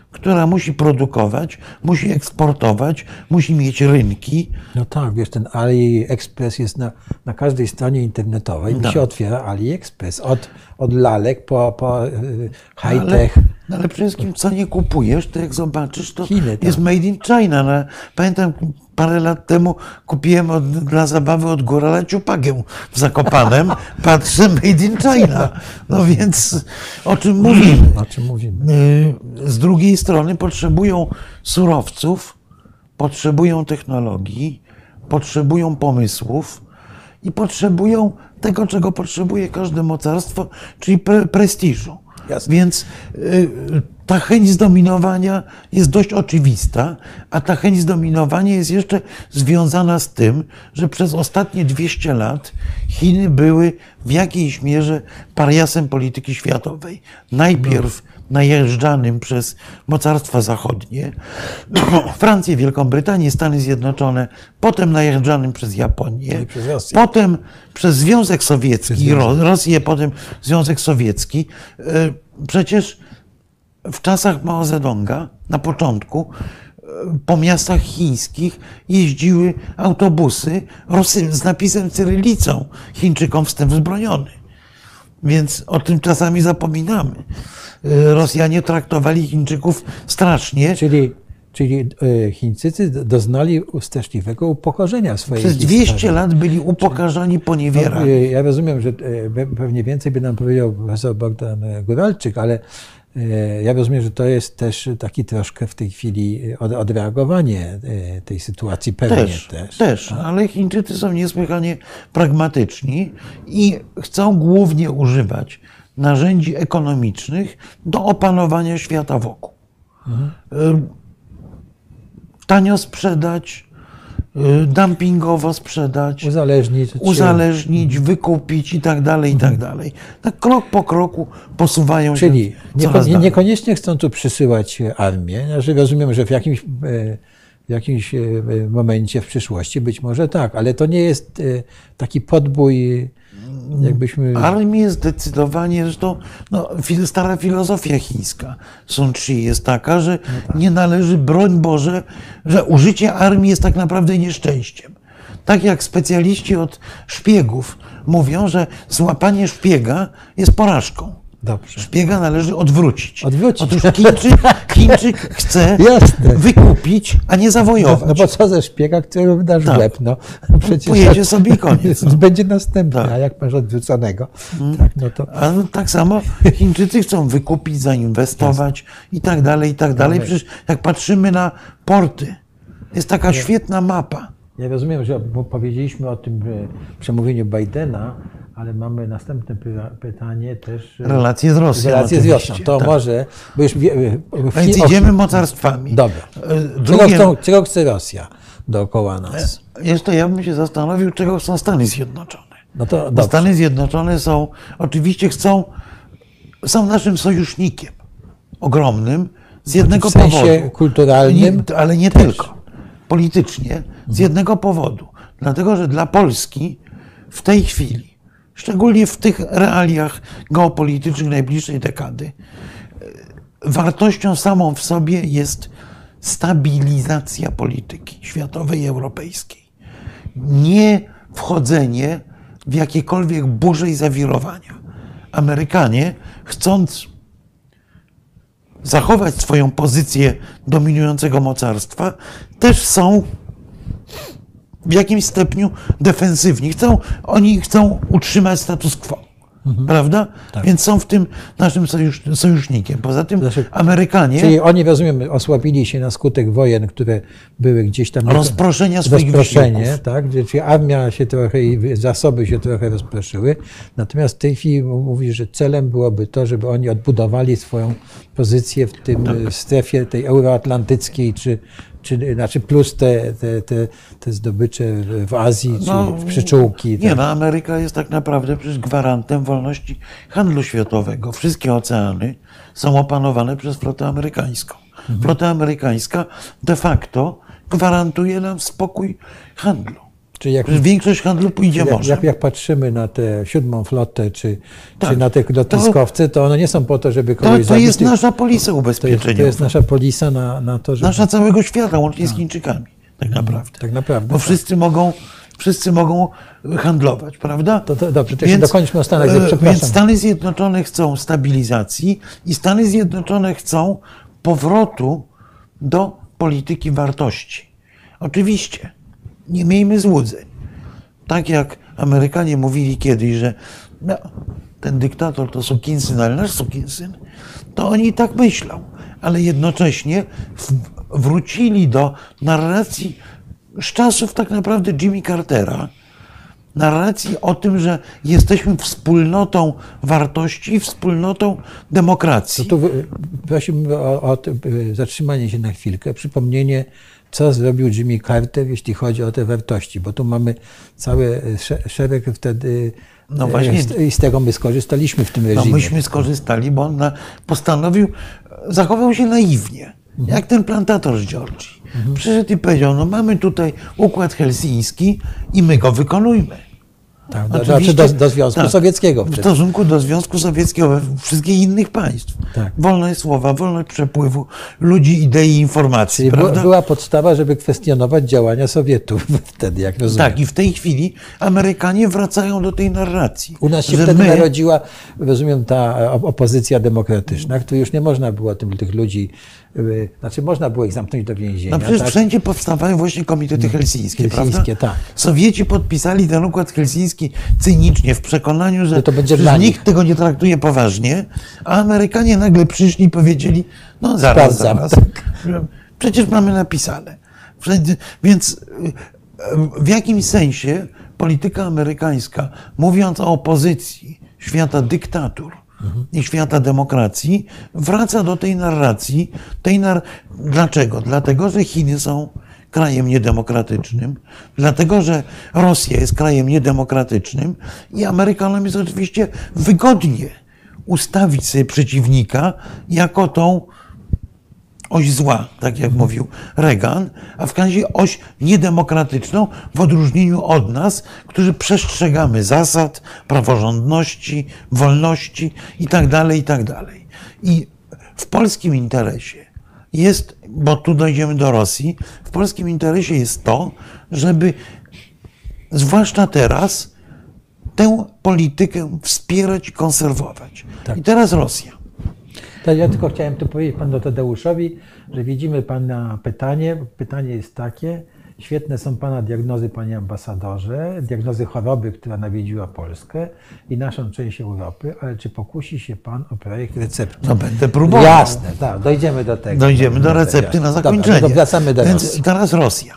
która musi produkować, musi eksportować, musi mieć rynki. No tak, wiesz, ten AliExpress jest na każdej stronie internetowej i się otwiera AliExpress. Od lalek po high-tech. Ale przede wszystkim, co nie kupujesz, to jak zobaczysz, to Chiny, jest made in China. No, pamiętam, parę lat temu kupiłem dla zabawy od górala ciupagę w Zakopanem. Patrzę, made in China. No więc o czym mówimy? O czym mówimy? Z drugiej strony potrzebują surowców, potrzebują technologii, potrzebują pomysłów i potrzebują tego, czego potrzebuje każde mocarstwo, czyli prestiżu. Jasne. Więc ta chęć zdominowania jest dość oczywista, a ta chęć zdominowania jest jeszcze związana z tym, że przez ostatnie 200 lat Chiny były w jakiejś mierze pariasem polityki światowej. Najpierw najeżdżanym przez mocarstwa zachodnie, Francję, Wielką Brytanię, Stany Zjednoczone, potem najeżdżanym przez Japonię, potem przez Związek Sowiecki, Rosję, potem Związek Sowiecki. Przecież w czasach Mao Zedonga, na początku, po miastach chińskich jeździły autobusy z napisem cyrylicą, Chińczykom wstęp wzbroniony. Więc o tym czasami zapominamy. Rosjanie traktowali Chińczyków strasznie. Czyli Chińczycy doznali straszliwego upokorzenia swojej Przez 200 lat byli upokarzani, poniewierani. Ja rozumiem, że pewnie więcej by nam powiedział profesor Bogdan Góralczyk, ale ja rozumiem, że to jest też taki troszkę w tej chwili odreagowanie tej sytuacji pewnie też. Ale Chińczycy są niesłychanie pragmatyczni i chcą głównie używać narzędzi ekonomicznych do opanowania świata wokół. Tanio sprzedać, dumpingowo sprzedać, uzależnić, wykupić i tak dalej, i tak dalej. Tak krok po kroku posuwają się. Czyli niekoniecznie chcą tu przysyłać armię. Znaczy rozumiem, że w jakimś momencie w przyszłości być może tak, ale to nie jest taki podbój, jakbyśmy... Armię zdecydowanie, zresztą stara filozofia chińska Sun Tzu jest taka, że nie należy, broń Boże, że użycie armii jest tak naprawdę nieszczęściem. Tak jak specjaliści od szpiegów mówią, że złapanie szpiega jest porażką. Dobrze. Szpiega należy odwrócić. Otóż Chińczyk chce wykupić, a nie zawojować. No bo co ze szpiega, którego wydasz w łeb? No, przecież pojedzie sobie i koniec. Będzie następny, a jak masz odwróconego? Tak, no to... A tak samo Chińczycy chcą wykupić, zainwestować i tak dalej, i tak dalej. Przecież jak patrzymy na porty, jest taka świetna mapa. Ja rozumiem, że powiedzieliśmy o tym przemówieniu Bidena, ale mamy następne pytanie też. Relacje z Rosją. Relacje z Rosją. To może. Bo już Więc idziemy mocarstwami. Dobra. Czego chce Rosja dookoła nas? Jeszcze ja bym się zastanowił, czego chcą Stany Zjednoczone. No to bo Stany Zjednoczone oczywiście są naszym sojusznikiem ogromnym z jednego powodu. W sensie kulturalnym. Ale nie tylko. Politycznie. Z jednego powodu. Dlatego, że dla Polski w tej chwili, szczególnie w tych realiach geopolitycznych najbliższej dekady, wartością samą w sobie jest stabilizacja polityki światowej i europejskiej. Nie wchodzenie w jakiekolwiek burze i zawirowania. Amerykanie, chcąc zachować swoją pozycję dominującego mocarstwa, też są w jakimś stopniu defensywni. Oni chcą utrzymać status quo. Prawda? Tak. Więc są w tym naszym sojusznikiem. Poza tym Amerykanie... Czyli oni, rozumiem, osłabili się na skutek wojen, które były gdzieś tam... Rozproszenia swoich wysiłków. Tak? Czyli armia się trochę i zasoby się trochę rozproszyły. Natomiast w tej chwili mówi, że celem byłoby to, żeby oni odbudowali swoją pozycję w tym strefie tej euroatlantyckiej, znaczy plus te zdobycze w Azji, czy w przyczółki. Nie, Ameryka jest tak naprawdę przecież gwarantem wolności handlu światowego. Wszystkie oceany są opanowane przez flotę amerykańską. Flota amerykańska de facto gwarantuje nam spokój handlu. Czyli jak, Większość handlu pójdzie morzem. jak patrzymy na tę 7. flotę, czy na te lotniskowce, to one nie są po to, żeby kogoś To jest nasza polisa ubezpieczeniowa. To jest nasza polisa na to, żeby... Nasza całego świata, łącznie z Chińczykami, tak naprawdę. Tak naprawdę. Bo wszyscy mogą handlować, prawda? To dobrze, to jeszcze dokończmy o Stanach Zjednoczonych. Więc Stany Zjednoczone chcą stabilizacji i Stany Zjednoczone chcą powrotu do polityki wartości. Oczywiście, nie miejmy złudzeń. Tak jak Amerykanie mówili kiedyś, że no, ten dyktator to sukinsyn, ale nasz sukinsyn, to oni tak myślą. Ale jednocześnie wrócili do narracji z czasów tak naprawdę Jimmy Cartera, narracji o tym, że jesteśmy wspólnotą wartości, wspólnotą demokracji. No tu prosiłbym o zatrzymanie się na chwilkę, przypomnienie, co zrobił Jimmy Carter, jeśli chodzi o te wartości, bo tu mamy cały szereg wtedy, no właśnie, i z tego my skorzystaliśmy w tym reżimie. No myśmy skorzystali, bo on postanowił, zachował się naiwnie, jak ten plantator z Georgii. Przyszedł i powiedział, no mamy tutaj układ helsiński i my go wykonujmy. Tak, do Związku Sowieckiego. W stosunku do Związku Sowieckiego, wszystkich innych państw. Tak. Wolność słowa, wolność przepływu ludzi, idei, informacji. Czyli była podstawa, żeby kwestionować działania Sowietów wtedy, jak rozumiem. Tak, i w tej chwili Amerykanie wracają do tej narracji. U nas się wtedy narodziła, rozumiem, ta opozycja demokratyczna, której już nie można było tych ludzi, znaczy można było ich zamknąć do więzienia. No przecież tak? wszędzie powstawały właśnie komitety helsińskie, prawda? Tak. Sowieci podpisali ten układ helsiński cynicznie, w przekonaniu, że to będzie dla nikt tego nie traktuje poważnie, a Amerykanie nagle przyszli i powiedzieli, no zaraz. Przecież mamy napisane. Więc w jakimś sensie polityka amerykańska, mówiąc o opozycji świata dyktatur i świata demokracji, wraca do tej narracji. Dlaczego? Dlatego, że Chiny są krajem niedemokratycznym, dlatego, że Rosja jest krajem niedemokratycznym i Amerykanom jest oczywiście wygodnie ustawić sobie przeciwnika jako tą oś zła, tak jak mówił Reagan, a w razie oś niedemokratyczną w odróżnieniu od nas, którzy przestrzegamy zasad, praworządności, wolności itd., itd. I w polskim interesie jest, bo tu dojdziemy do Rosji, w polskim interesie jest to, żeby zwłaszcza teraz tę politykę wspierać i konserwować. Tak. I teraz Rosja. Ja tylko chciałem tu powiedzieć panu Tadeuszowi, że widzimy pana pytanie. Pytanie jest takie: świetne są pana diagnozy, panie ambasadorze, diagnozy choroby, która nawiedziła Polskę i naszą część Europy, ale czy pokusi się pan o projekt recepty? No będę próbował. Jasne, tak, dojdziemy do tego. Dojdziemy do recepty na zakończenie. Dobra, wracamy do Rosji. Więc teraz Rosja.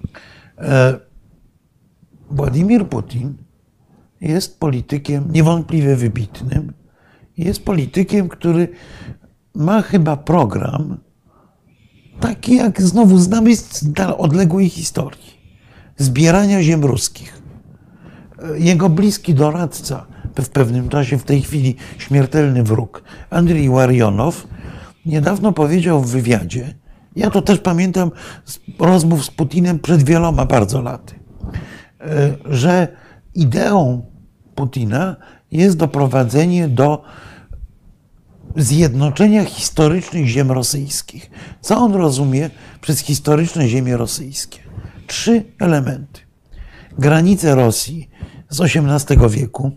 Władimir Putin jest politykiem niewątpliwie wybitnym. Jest politykiem, który ma chyba program taki, jak znowu znamy z odległej historii. Zbierania ziem ruskich. Jego bliski doradca, w pewnym czasie, w tej chwili śmiertelny wróg, Andrzej Łarionow, niedawno powiedział w wywiadzie, ja to też pamiętam z rozmów z Putinem przed wieloma bardzo laty, że ideą Putina jest doprowadzenie do zjednoczenia historycznych ziem rosyjskich. Co on rozumie przez historyczne ziemie rosyjskie? 3 elementy. Granice Rosji z XVIII wieku,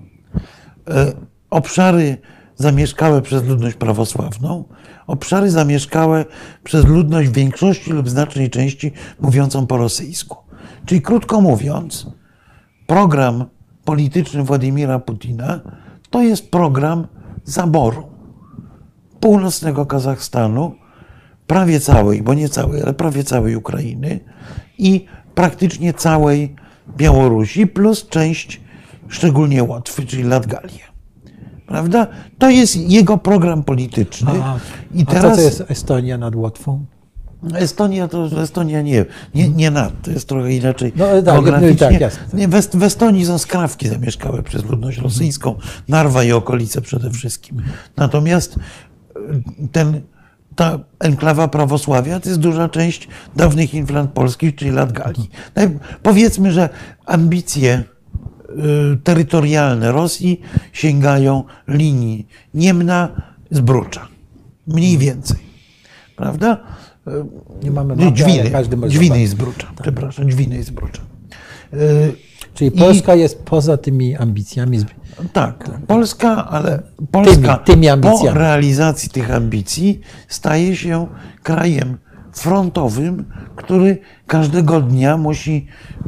obszary zamieszkałe przez ludność prawosławną, obszary zamieszkałe przez ludność w większości lub znacznej części mówiącą po rosyjsku. Czyli krótko mówiąc, program polityczny Władimira Putina to jest program zaboru północnego Kazachstanu, prawie całej, bo nie całej, ale prawie całej Ukrainy i praktycznie całej Białorusi, plus część szczególnie Łotwy, czyli Latgalię. Prawda? To jest jego program polityczny. I teraz, co to jest Estonia nad Łotwą? Estonia nie nad, to jest trochę inaczej. No, tak, jasne. W Estonii są skrawki zamieszkałe przez ludność rosyjską, Narwa i okolice przede wszystkim. Natomiast ten ta enklawa prawosławia to jest duża część dawnych Inflant polskich, czyli Latgalii. Powiedzmy, że ambicje terytorialne Rosji sięgają linii Niemna-Zbrucza. Mniej więcej. Prawda? Nie mamy mapy, ale każdy może Dźwiny i Zbrucza. Tak. Przepraszam, Dźwiny i Zbrucza. Czyli Polska jest poza tymi ambicjami. Tak, Polska, ale Polska tymi po realizacji tych ambicji staje się krajem frontowym, który każdego dnia musi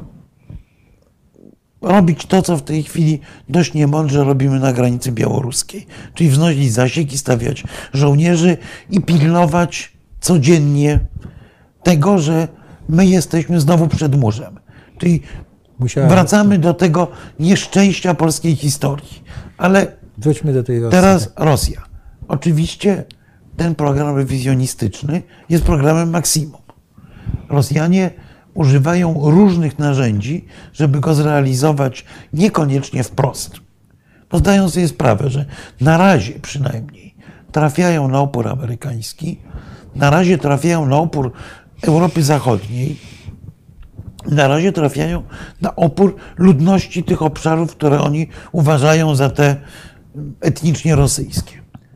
robić to, co w tej chwili dość niemądrze robimy na granicy białoruskiej. Czyli wznosić zasieki, stawiać żołnierzy i pilnować codziennie tego, że my jesteśmy znowu przed murzem. Czyli wracamy do tego nieszczęścia polskiej historii. Ale wróćmy do tej Rosji. Teraz Rosja. Oczywiście ten program rewizjonistyczny jest programem maksimum. Rosjanie używają różnych narzędzi, żeby go zrealizować niekoniecznie wprost. Bo zdają sobie sprawę, że na razie przynajmniej trafiają na opór amerykański, na razie trafiają na opór Europy Zachodniej, na razie trafiają na opór ludności tych obszarów, które oni uważają za te etnicznie rosyjskie.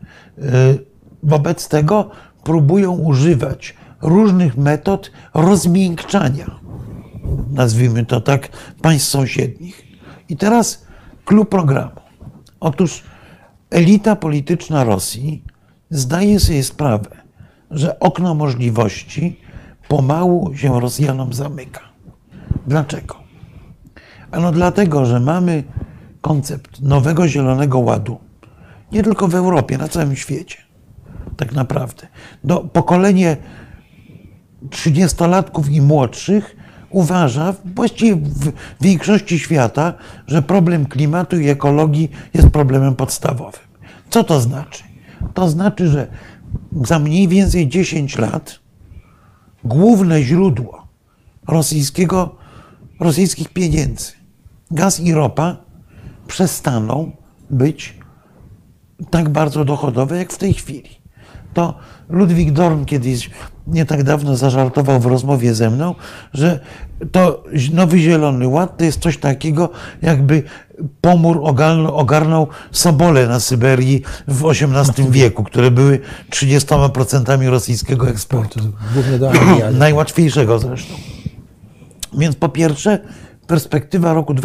Wobec tego próbują używać różnych metod rozmiękczania, nazwijmy to tak, państw sąsiednich. I teraz clou programu. Otóż elita polityczna Rosji zdaje sobie sprawę, że okno możliwości pomału się Rosjanom zamyka. Dlaczego? Ano dlatego, że mamy koncept nowego Zielonego Ładu, nie tylko w Europie, na całym świecie, tak naprawdę. Pokolenie 30-latków i młodszych uważa, właściwie w większości świata, że problem klimatu i ekologii jest problemem podstawowym. Co to znaczy? To znaczy, że za mniej więcej 10 lat główne źródło rosyjskich pieniędzy, gaz i ropa, przestaną być tak bardzo dochodowe, jak w tej chwili. To Ludwik Dorn kiedyś, nie tak dawno, zażartował w rozmowie ze mną, że to nowy Zielony Ład to jest coś takiego, jakby pomór ogarnął Sobole na Syberii w XVIII wieku, które były 30% rosyjskiego eksportu. Najłatwiejszego zresztą. Więc po pierwsze, perspektywa roku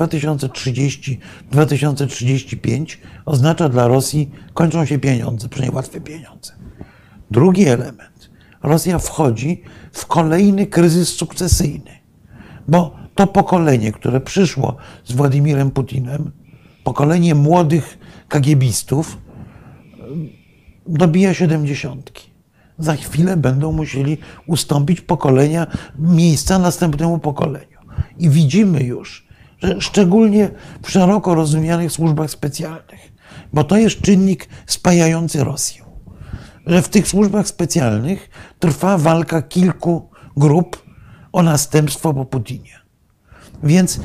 2030-2035 oznacza dla Rosji, kończą się pieniądze, przynajmniej łatwe pieniądze. Drugi element. Rosja wchodzi w kolejny kryzys sukcesyjny, bo to pokolenie, które przyszło z Władimirem Putinem, pokolenie młodych kagiebistów, dobija 70. Za chwilę będą musieli ustąpić miejsca następnemu pokoleniu. I widzimy już, że szczególnie w szeroko rozumianych służbach specjalnych, bo to jest czynnik spajający Rosję, że w tych służbach specjalnych trwa walka kilku grup o następstwo po Putinie. Więc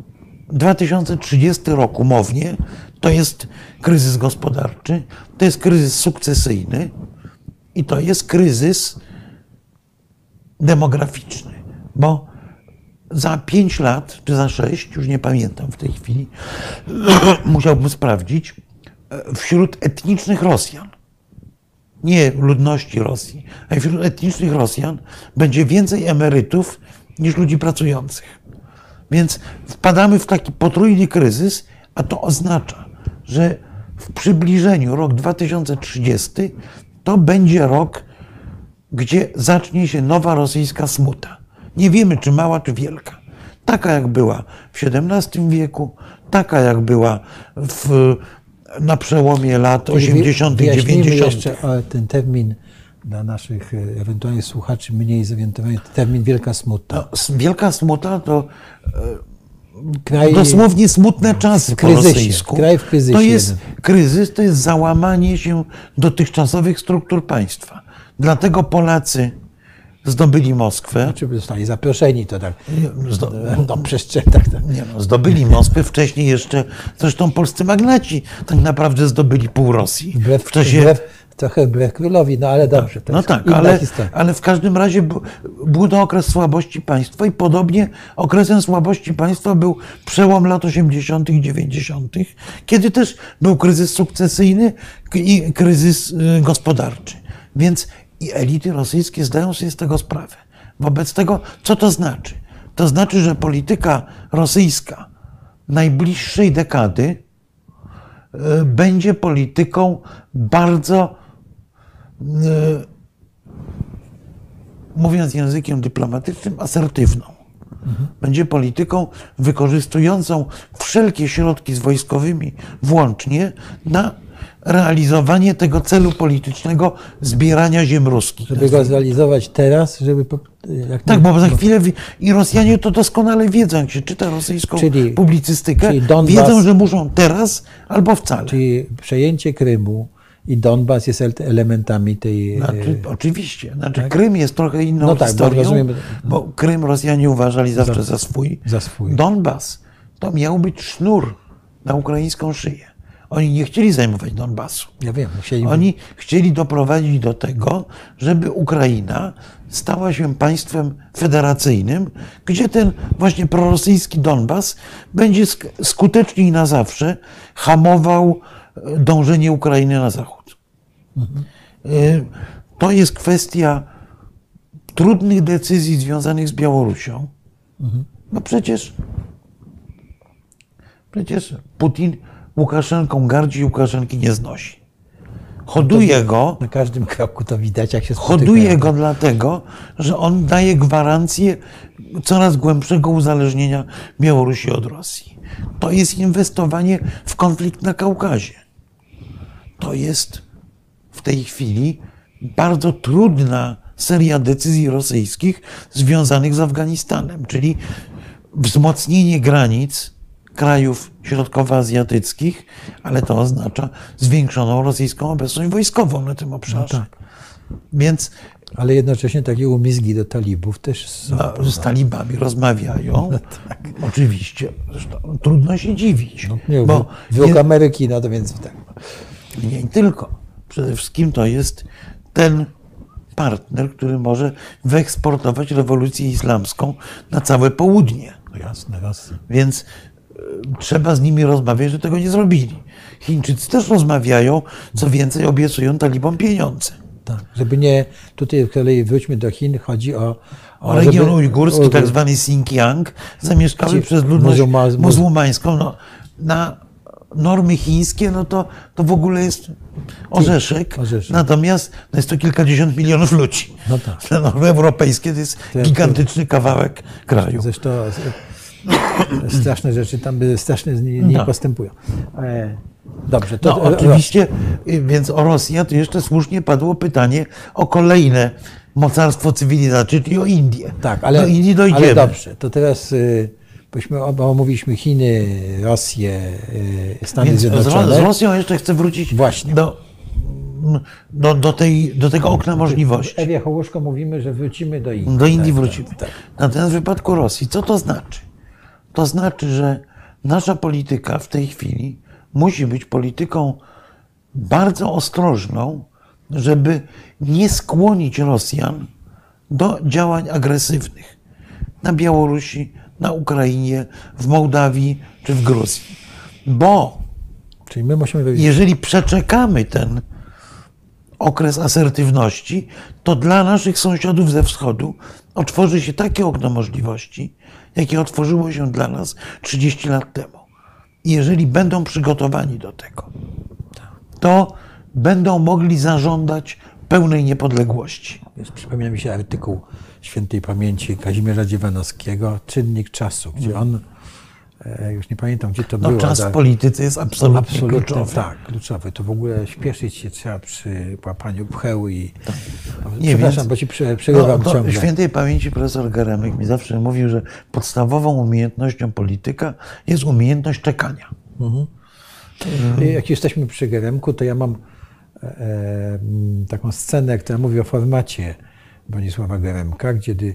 2030 rok umownie to jest kryzys gospodarczy, to jest kryzys sukcesyjny i to jest kryzys demograficzny, bo za 5 lat, czy za 6, już nie pamiętam w tej chwili, musiałbym sprawdzić, wśród etnicznych Rosjan, nie ludności Rosji, a wśród etnicznych Rosjan będzie więcej emerytów niż ludzi pracujących. Więc wpadamy w taki potrójny kryzys, a to oznacza, że w przybliżeniu rok 2030 to będzie rok, gdzie zacznie się nowa rosyjska smuta. Nie wiemy, czy mała, czy wielka. Taka, jak była w XVII wieku, taka, jak była na przełomie lat 80. i 90. jeszcze ten termin dla naszych ewentualnie słuchaczy mniej zorientowanych, termin Wielka Smuta. No, Wielka Smuta to dosłownie smutne czasy po rosyjsku. Kraj w kryzysie. To jest kryzys, to jest załamanie się dotychczasowych struktur państwa. Dlatego Polacy zdobyli Moskwę. Znaczy zostali zaproszeni, to tak, Nie no, zdobyli Moskwę, wcześniej jeszcze, zresztą polscy magnaci tak naprawdę zdobyli pół Rosji. Trochę wbrew królowi, no ale dobrze. To no tak, ale w każdym razie był to okres słabości państwa i podobnie okresem słabości państwa był przełom lat 80., 90., kiedy też był kryzys sukcesyjny i kryzys gospodarczy. Więc i elity rosyjskie zdają sobie z tego sprawę. Wobec tego, co to znaczy? To znaczy, że polityka rosyjska najbliższej dekady będzie polityką bardzo, mówiąc językiem dyplomatycznym, asertywną. Będzie polityką wykorzystującą wszelkie środki z wojskowymi włącznie na realizowanie tego celu politycznego zbierania ziem ruskich. Żeby go zrealizować teraz, żeby... Tak, bo za chwilę i Rosjanie to doskonale wiedzą, jak się czyta rosyjską publicystykę, wiedzą, że muszą teraz albo wcale. Czyli przejęcie Krymu i Donbas jest elementami tej... Oczywiście. Tak? Krym jest trochę inną historią, bo Krym Rosjanie uważali zawsze za swój. Donbas to miał być sznur na ukraińską szyję. Oni nie chcieli zajmować Donbasu. Ja wiem. Oni chcieli doprowadzić do tego, żeby Ukraina stała się państwem federacyjnym, gdzie ten właśnie prorosyjski Donbas będzie skutecznie i na zawsze hamował dążenie Ukrainy na zachód. To jest kwestia trudnych decyzji związanych z Białorusią. No przecież Putin Łukaszenką gardzi i Łukaszenki nie znosi. Hoduje go. Na każdym kroku to widać, jak się spotykają. Hoduje go dlatego, że on daje gwarancję coraz głębszego uzależnienia Białorusi od Rosji. To jest inwestowanie w konflikt na Kaukazie. To jest w tej chwili bardzo trudna seria decyzji rosyjskich związanych z Afganistanem, czyli wzmocnienie granic krajów środkowoazjatyckich, ale to oznacza zwiększoną rosyjską obecność wojskową na tym obszarze. No tak. Więc, ale jednocześnie takie umizgi do talibów też są. Z talibami rozmawiają. No tak. Oczywiście. Zresztą trudno się dziwić. Bo wróg Ameryki, no to więc tak. Nie tylko. Przede wszystkim to jest ten partner, który może wyeksportować rewolucję islamską na całe południe. No jasne, Rosji. Więc trzeba z nimi rozmawiać, że tego nie zrobili. Chińczycy też rozmawiają, co więcej obiecują talibom pieniądze. Tak, żeby nie, tutaj z kolei wróćmy do Chin, chodzi o region ujgurski, tak zwany Xinjiang, zamieszkały przez ludność muzułmańską. No, na normy chińskie, no to w ogóle jest orzeszek. Natomiast jest to kilkadziesiąt milionów ludzi. No tak. Na normy europejskie to jest gigantyczny kawałek kraju. Zresztą straszne rzeczy tam strasznie nie postępują. Dobrze. To oczywiście, więc o Rosję to jeszcze słusznie padło pytanie o kolejne mocarstwo cywilizacyjne, czyli o Indię. Tak, ale, do Indii dojdziemy. Ale dobrze, to teraz omówiliśmy Chiny, Rosję, Stany Zjednoczone. Z Rosją jeszcze chcę wrócić właśnie do tego okna możliwości. W Ewie Hołuszko mówimy, że wrócimy do Indii. Do Indii wrócimy. Tak. Natomiast w wypadku Rosji, co to znaczy? To znaczy, że nasza polityka w tej chwili musi być polityką bardzo ostrożną, żeby nie skłonić Rosjan do działań agresywnych na Białorusi, na Ukrainie, w Mołdawii czy w Gruzji. Bo czyli my musimy jeżeli przeczekamy ten okres asertywności, to dla naszych sąsiadów ze wschodu otworzy się takie okno możliwości, jakie otworzyło się dla nas 30 lat temu. I jeżeli będą przygotowani do tego, to będą mogli zażądać pełnej niepodległości. Przypomina mi się artykuł świętej pamięci Kazimierza Dziewanowskiego, Czynnik czasu, gdzie on, już nie pamiętam, gdzie to było. Czas w polityce jest absolutnie kluczowy. Tak, kluczowy. To w ogóle śpieszyć się trzeba przy łapaniu pcheł i... Tak. Przepraszam, bo ci przerywam ciągle. Świętej pamięci profesor Geremek mi zawsze mówił, że podstawową umiejętnością polityka jest umiejętność czekania. Jak jesteśmy przy Geremku, to ja mam taką scenę, która mówi o formacie Bronisława Geremka, kiedy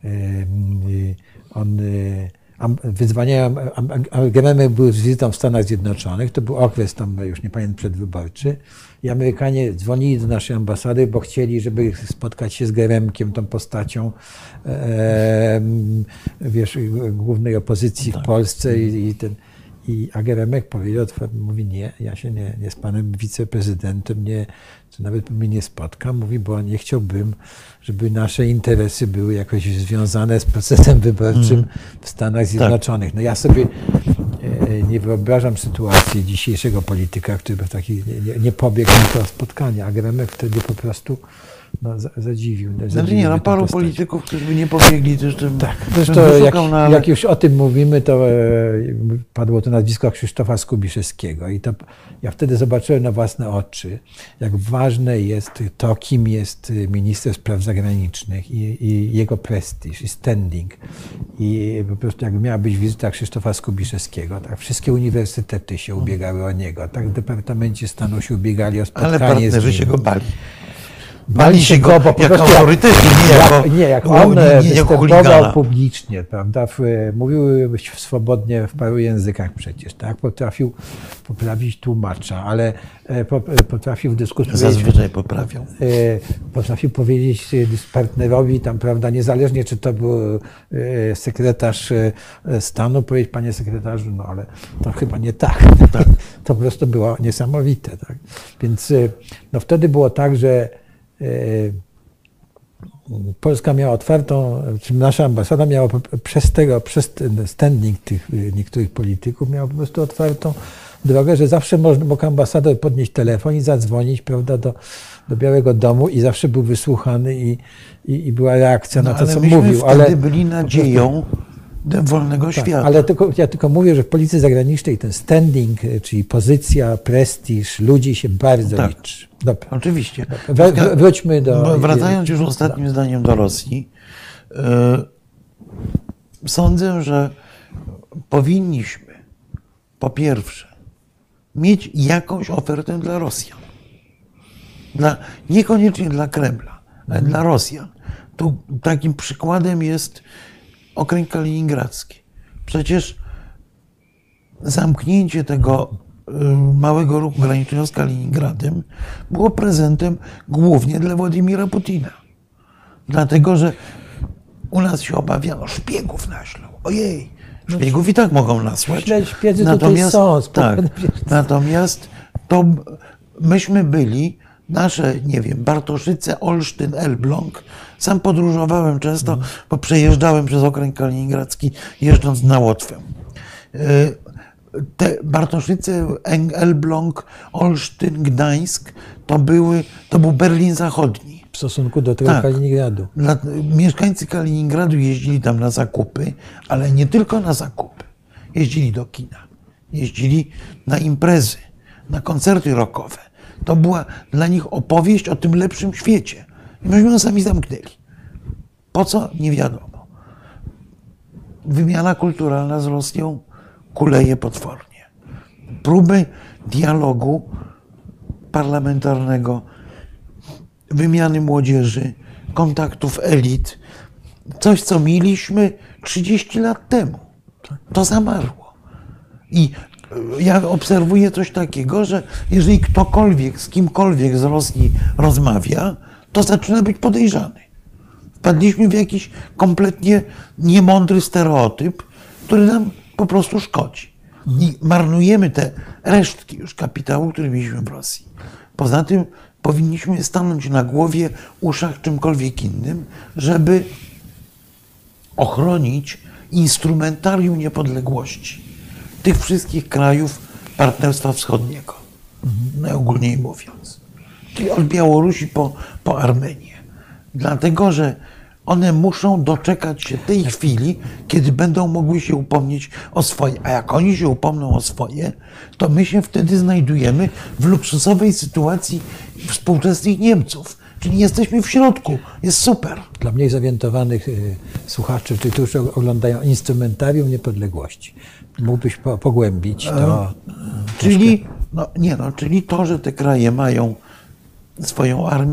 on wyzwaniają, Geremek był z wizytą w Stanach Zjednoczonych, to był okres tam, już nie pamiętam, przedwyborczy i Amerykanie dzwonili do naszej ambasady, bo chcieli, żeby spotkać się z Geremkiem, tą postacią wiesz, głównej opozycji w Polsce a Geremek powiedział, mówi nie, ja się nie z panem wiceprezydentem, czy nawet mnie nie spotkam, mówi, bo nie chciałbym, żeby nasze interesy były jakoś związane z procesem wyborczym w Stanach Zjednoczonych. No ja sobie nie wyobrażam sytuacji dzisiejszego polityka, który by taki nie pobiegł na to spotkanie, a Geremek wtedy po prostu zadziwił. Znaczy nie, paru polityków, którzy by nie pobiegli też tym. Tak, zresztą jak już o tym mówimy, to padło to nazwisko Krzysztofa Skubiszewskiego i to ja wtedy zobaczyłem na własne oczy, jak ważne jest to, kim jest minister spraw zagranicznych i jego prestiż i standing. I po prostu jakby miała być wizyta Krzysztofa Skubiszewskiego, tak wszystkie uniwersytety się ubiegały o niego, tak w Departamencie Stanu się ubiegali o spotkanie z nim. Ale partnerzy się go bali. Bali się go, bo po jak prostu autorytet, jak on występował publicznie, prawda, mówił swobodnie w paru językach przecież, tak, potrafił poprawić tłumacza, ale potrafił w dyskusji zazwyczaj poprawiał. Potrafił powiedzieć partnerowi tam, prawda, niezależnie czy to był sekretarz stanu, powiedzieć, panie sekretarzu, no ale to chyba nie tak. To po prostu było niesamowite, tak. Więc no wtedy było tak, że Polska miała otwartą, czy nasza ambasada miała przez ten standing tych niektórych polityków, miała po prostu otwartą drogę, że zawsze mógł ambasador podnieść telefon i zadzwonić, prawda, do Białego Domu i zawsze był wysłuchany i była reakcja na to, co mówił. Ale wtedy byli nadzieją wolnego świata. Ale ja tylko mówię, że w polityce zagranicznej ten standing, czyli pozycja, prestiż ludzi się bardzo liczy. Dobra. Oczywiście. Wróćmy do... Wracając już ostatnim zdaniem do Rosji, sądzę, że powinniśmy po pierwsze mieć jakąś ofertę dla Rosjan. Niekoniecznie dla Kremla, ale dla Rosjan. Tu takim przykładem jest okręg kaliningradzki. Przecież zamknięcie tego małego ruchu granicznego z Kaliningradem było prezentem głównie dla Władimira Putina. Dlatego, że u nas się obawiano, szpiegów naślą. Ojej, szpiegów i tak mogą nasłać. Szpiedzy natomiast, natomiast to myśmy byli, nasze, nie wiem, Bartoszyce, Olsztyn, Elbląg. Sam podróżowałem często, bo przejeżdżałem przez okręg kaliningradzki, jeżdżąc na Łotwę. Te Bartoszyce, Elbląg, Olsztyn, Gdańsk to był Berlin Zachodni. W stosunku do tego Kaliningradu. Mieszkańcy Kaliningradu jeździli tam na zakupy, ale nie tylko na zakupy. Jeździli do kina, jeździli na imprezy, na koncerty rockowe. To była dla nich opowieść o tym lepszym świecie. I myśmy ją sami zamknęli. Po co? Nie wiadomo. Wymiana kulturalna z Rosją kuleje potwornie. Próby dialogu parlamentarnego, wymiany młodzieży, kontaktów elit, coś, co mieliśmy 30 lat temu. To zamarło. I ja obserwuję coś takiego, że jeżeli ktokolwiek z kimkolwiek z Rosji rozmawia, to zaczyna być podejrzany. Wpadliśmy w jakiś kompletnie niemądry stereotyp, który nam po prostu szkodzi. I marnujemy te resztki już kapitału, który mieliśmy w Rosji. Poza tym powinniśmy stanąć na głowie, uszach, czymkolwiek innym, żeby ochronić instrumentarium niepodległości tych wszystkich krajów Partnerstwa Wschodniego, najogólniej mówiąc. Czyli od Białorusi po Armenię. Dlatego, że one muszą doczekać się tej chwili, kiedy będą mogły się upomnieć o swoje. A jak oni się upomną o swoje, to my się wtedy znajdujemy w luksusowej sytuacji współczesnych Niemców. Czyli jesteśmy w środku. Jest super. Dla mniej zorientowanych słuchaczy, którzy oglądają instrumentarium niepodległości, mógłbyś pogłębić to? Czyli, czyli to, że te kraje mają swoją armię,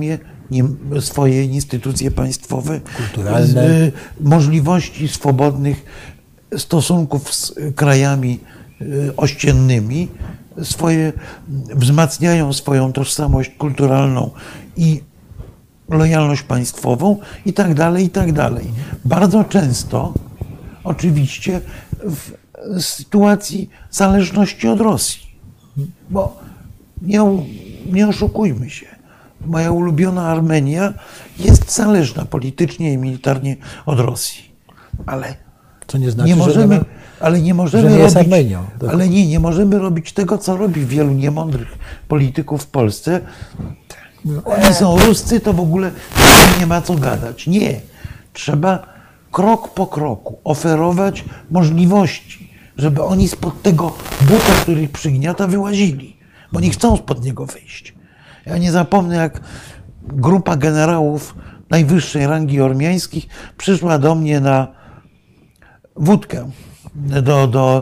swoje instytucje państwowe, kulturalne, możliwości swobodnych stosunków z krajami ościennymi, wzmacniają swoją tożsamość kulturalną i lojalność państwową i tak dalej, i tak dalej. Bardzo często, oczywiście, w sytuacji zależności od Rosji. Bo nie oszukujmy się, moja ulubiona Armenia jest zależna politycznie i militarnie od Rosji. Ale co nie znaczy, nie możemy, że ale nie możemy że nie jest robić, Armenią. ale nie możemy robić tego, co robi wielu niemądrych polityków w Polsce. Oni są Ruscy, to w ogóle nie ma co gadać. Nie. Trzeba krok po kroku oferować możliwości, żeby oni spod tego buta, który ich przygniata, wyłazili. Bo nie chcą spod niego wyjść. Ja nie zapomnę, jak grupa generałów najwyższej rangi ormiańskich przyszła do mnie na wódkę do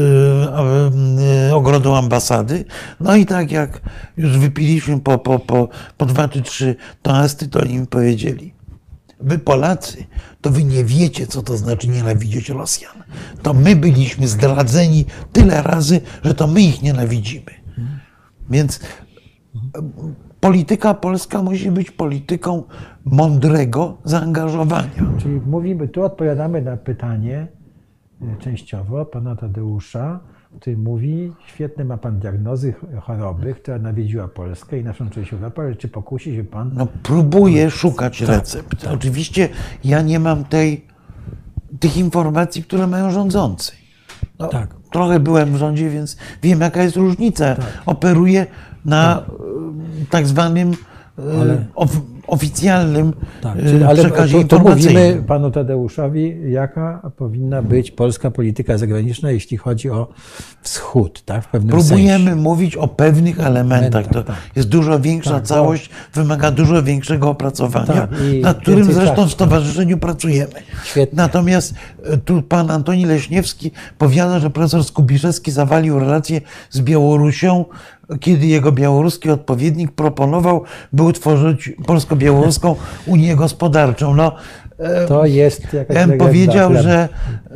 ogrodu ambasady. No i tak jak już wypiliśmy po 2 czy 3 toasty, to oni mi powiedzieli: wy Polacy, to wy nie wiecie, co to znaczy nienawidzieć Rosjan. To my byliśmy zdradzeni tyle razy, że to my ich nienawidzimy. Więc polityka polska musi być polityką mądrego zaangażowania. Czyli mówimy, tu odpowiadamy na pytanie częściowo pana Tadeusza, który mówi: świetne ma pan diagnozy choroby, która nawiedziła Polskę i naszą część Europy, ale czy pokusi się pan? No, próbuję szukać recept. Tak. Oczywiście ja nie mam tych informacji, które mają rządzący. No, tak. Trochę byłem w rządzie, więc wiem, jaka jest różnica. Tak. Operuję na tak zwanym oficjalnym przekazie informacyjnym. To mówimy panu Tadeuszowi, jaka powinna być polska polityka zagraniczna, jeśli chodzi o Wschód, tak? W pewnym Próbujemy sensie. mówić o pewnych elementach. To jest dużo większa całość, wymaga dużo większego opracowania, nad którym zresztą w stowarzyszeniu pracujemy. Świetnie. Natomiast tu pan Antoni Leśniewski powiada, że profesor Skubiszewski zawalił relacje z Białorusią, kiedy jego białoruski odpowiednik proponował, by utworzyć polsko-białoruską Unię Gospodarczą. No, to jest jakaś ja bym powiedział, że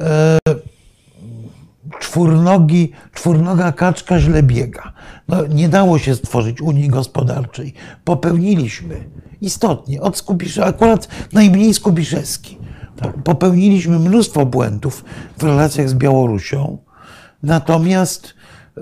czwórnoga kaczka źle biega. No, nie dało się stworzyć Unii Gospodarczej. Popełniliśmy istotnie, akurat najmniej Skubiszewski. Popełniliśmy mnóstwo błędów w relacjach z Białorusią. Natomiast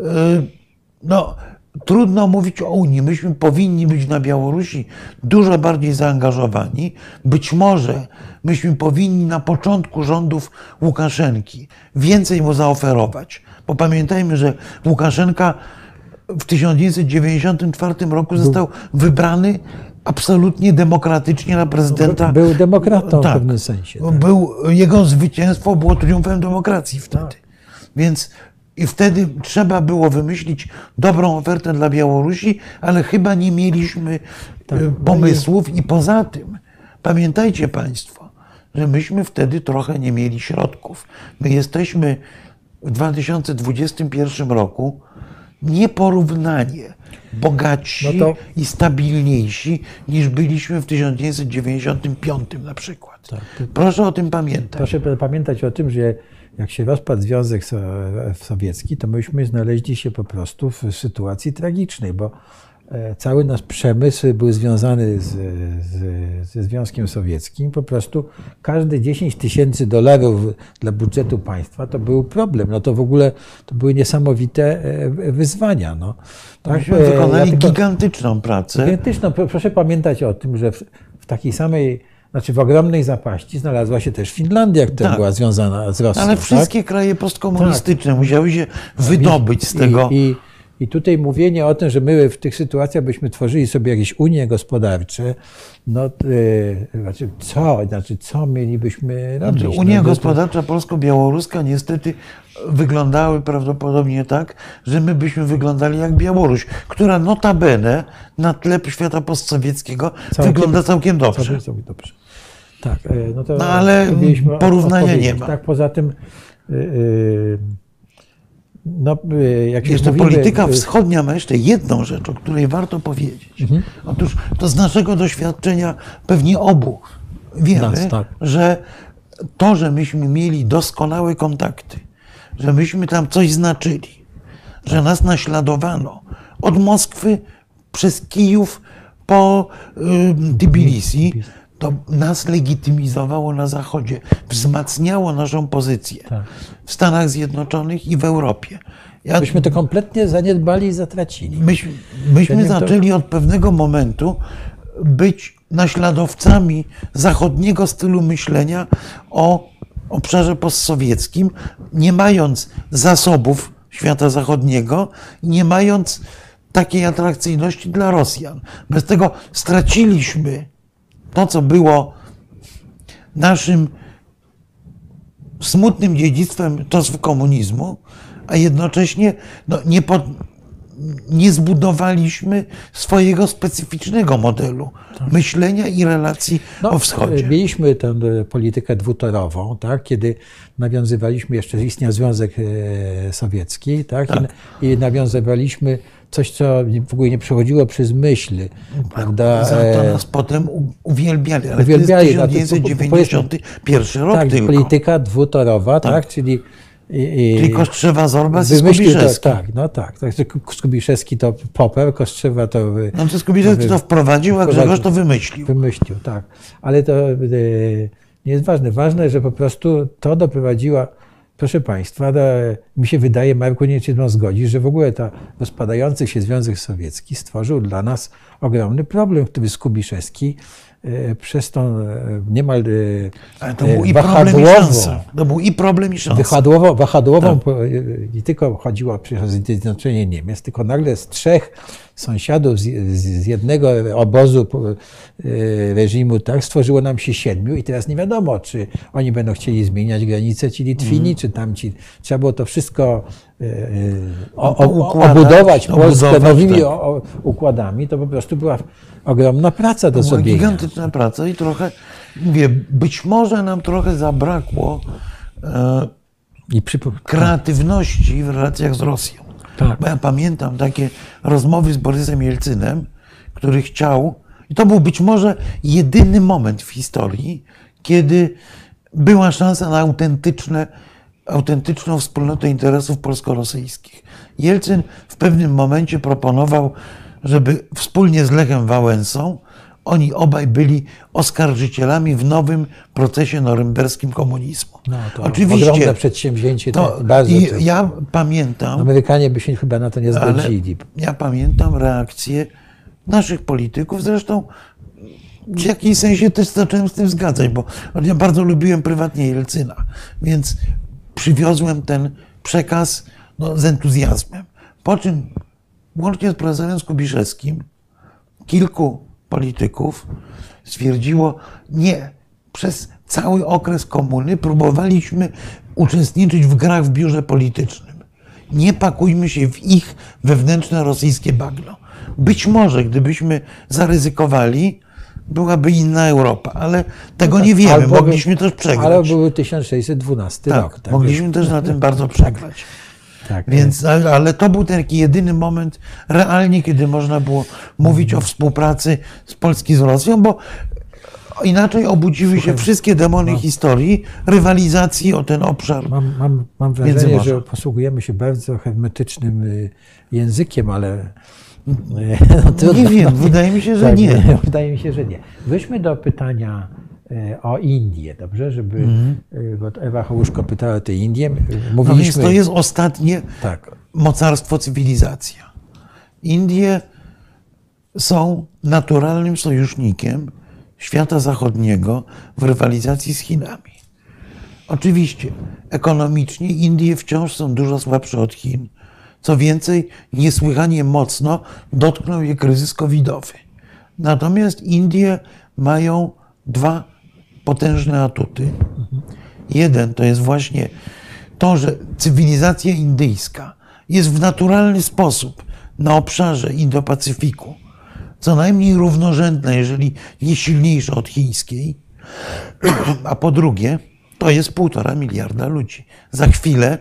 trudno mówić o Unii. Myśmy powinni być na Białorusi dużo bardziej zaangażowani. Być może myśmy powinni na początku rządów Łukaszenki więcej mu zaoferować. Bo pamiętajmy, że Łukaszenka w 1994 roku został wybrany absolutnie demokratycznie na prezydenta. Był demokratą w pewnym sensie. Tak. Jego zwycięstwo było triumfem demokracji wtedy. Tak. Więc i wtedy trzeba było wymyślić dobrą ofertę dla Białorusi, ale chyba nie mieliśmy pomysłów. I poza tym, pamiętajcie państwo, że myśmy wtedy trochę nie mieli środków. My jesteśmy w 2021 roku nieporównanie bogatsi i stabilniejsi niż byliśmy w 1995 na przykład. Tak. Proszę o tym pamiętać. Proszę pamiętać o tym, że jak się rozpadł Związek Sowiecki, to myśmy znaleźli się po prostu w sytuacji tragicznej, bo cały nasz przemysł był związany ze Związkiem Sowieckim. Po prostu każde $10,000 dla budżetu państwa to był problem. No to w ogóle to były niesamowite wyzwania. No. Tak? Myśmy wykonali gigantyczną pracę. Gigantyczną. Proszę pamiętać o tym, że w takiej samej, w ogromnej zapaści znalazła się też Finlandia, która była związana z Rosją. Ale wszystkie kraje postkomunistyczne musiały się wydobyć z tego. I tutaj mówienie o tym, że my w tych sytuacjach byśmy tworzyli sobie jakieś unie gospodarcze, co mielibyśmy robić? Unia gospodarcza polsko-białoruska niestety wyglądały prawdopodobnie tak, że my byśmy wyglądali jak Białoruś, która notabene na tle świata postsowieckiego wygląda całkiem dobrze. Tak, ale porównania nie ma. Tak, poza tym No, jak Wiesz, już ta mówimy, polityka wschodnia ma jeszcze jedną rzecz, o której warto powiedzieć. Otóż to z naszego doświadczenia pewnie obu wiemy, Nas, tak. że to, że myśmy mieli doskonałe kontakty, że myśmy tam coś znaczyli, że nas naśladowano od Moskwy przez Kijów po Tbilisi, to nas legitymizowało na Zachodzie, wzmacniało naszą pozycję w Stanach Zjednoczonych i w Europie. Myśmy to kompletnie zaniedbali i zatracili. Myśmy zaczęli od pewnego momentu być naśladowcami zachodniego stylu myślenia o obszarze postsowieckim, nie mając zasobów świata zachodniego, nie mając takiej atrakcyjności dla Rosjan. Bez tego straciliśmy to, co było naszym smutnym dziedzictwem czasów komunizmu, a jednocześnie nie zbudowaliśmy swojego specyficznego modelu myślenia i relacji o wschodzie. Mieliśmy tę politykę dwutorową, tak? Kiedy nawiązywaliśmy, jeszcze istniał Związek Sowiecki, tak? I nawiązywaliśmy coś, co w ogóle nie przechodziło przez myśl. Prawda? Za to nas potem uwielbiali, ale uwielbiali, to jest 1991 rok tak, tylko. Polityka dwutorowa, tak? Czyli Czyli Kostrzewa-Zorbas i Skubiszewski. Tak. Skubiszewski to Popper, Kostrzewa to... No to Skubiszewski to wprowadził, a Grzegorz to wymyślił. Wymyślił, tak. Ale to nie jest ważne. Ważne, że po prostu to doprowadziła, proszę Państwa, mi się wydaje, Marku, nie wiem, czy się zgodzisz, że w ogóle ta rozpadający się Związek Sowiecki stworzył dla nas ogromny problem, który Skubiszewski przez tą niemal ale to był i problem i szansa. To był i problem i szansa. Wahadłową nie tylko chodziło o zjednoczenie Niemiec, tylko nagle z 3 sąsiadów z jednego obozu reżimu, tak, stworzyło nam się 7 i teraz nie wiadomo, czy oni będą chcieli zmieniać granice ci Litwini, czy tamci. Trzeba było to wszystko obudować Polskę nowymi układami. To po prostu była ogromna praca do zrobienia. Gigantyczna praca i trochę, mówię, być może nam trochę zabrakło kreatywności w relacjach z Rosją. Tak. Bo ja pamiętam takie rozmowy z Borysem Jelcynem, który chciał, i to był być może jedyny moment w historii, kiedy była szansa na autentyczną wspólnotę interesów polsko-rosyjskich. Jelcyn w pewnym momencie proponował, żeby wspólnie z Lechem Wałęsą oni obaj byli oskarżycielami w nowym procesie norymberskim komunizmu. No, to oczywiście ogromne przedsięwzięcie. Bardzo ja pamiętam... Amerykanie by się chyba na to nie zgodzili. Ja pamiętam reakcję naszych polityków, zresztą w jakimś sensie też zacząłem z tym zgadzać, bo ja bardzo lubiłem prywatnie Jelcyna, więc przywiozłem ten przekaz z entuzjazmem. Po czym łącznie z profesorem Skubiszewskim kilku polityków stwierdziło, nie, przez cały okres komuny próbowaliśmy uczestniczyć w grach w biurze politycznym. Nie pakujmy się w ich wewnętrzne rosyjskie bagno. Być może, gdybyśmy zaryzykowali, byłaby inna Europa, ale tego nie wiemy, mogliśmy też przegrać. Ale był 1612 rok. Tak, mogliśmy też na tym bardzo przegrać. Tak. Więc, ale to był taki jedyny moment realnie, kiedy można było mówić o współpracy z Polski z Rosją, bo inaczej obudziły się wszystkie demony historii, rywalizacji o ten obszar. Mam wrażenie, że posługujemy się bardzo hermetycznym językiem, ale... nie wiem, wydaje mi się, że nie. Wydaje mi się, że nie. Wróćmy do pytania o Indię, dobrze? Żeby, bo Ewa Hołuszko pytała o te Indie. No więc to jest ostatnie mocarstwo, cywilizacja. Indie są naturalnym sojusznikiem świata zachodniego w rywalizacji z Chinami. Oczywiście ekonomicznie Indie wciąż są dużo słabsze od Chin. Co więcej, niesłychanie mocno dotknął je kryzys covidowy. Natomiast Indie mają 2 potężne atuty. Jeden to jest właśnie to, że cywilizacja indyjska jest w naturalny sposób na obszarze Indo-Pacyfiku co najmniej równorzędna, jeżeli nie silniejsza od chińskiej, a po drugie, to jest 1,5 miliarda ludzi. Za chwilę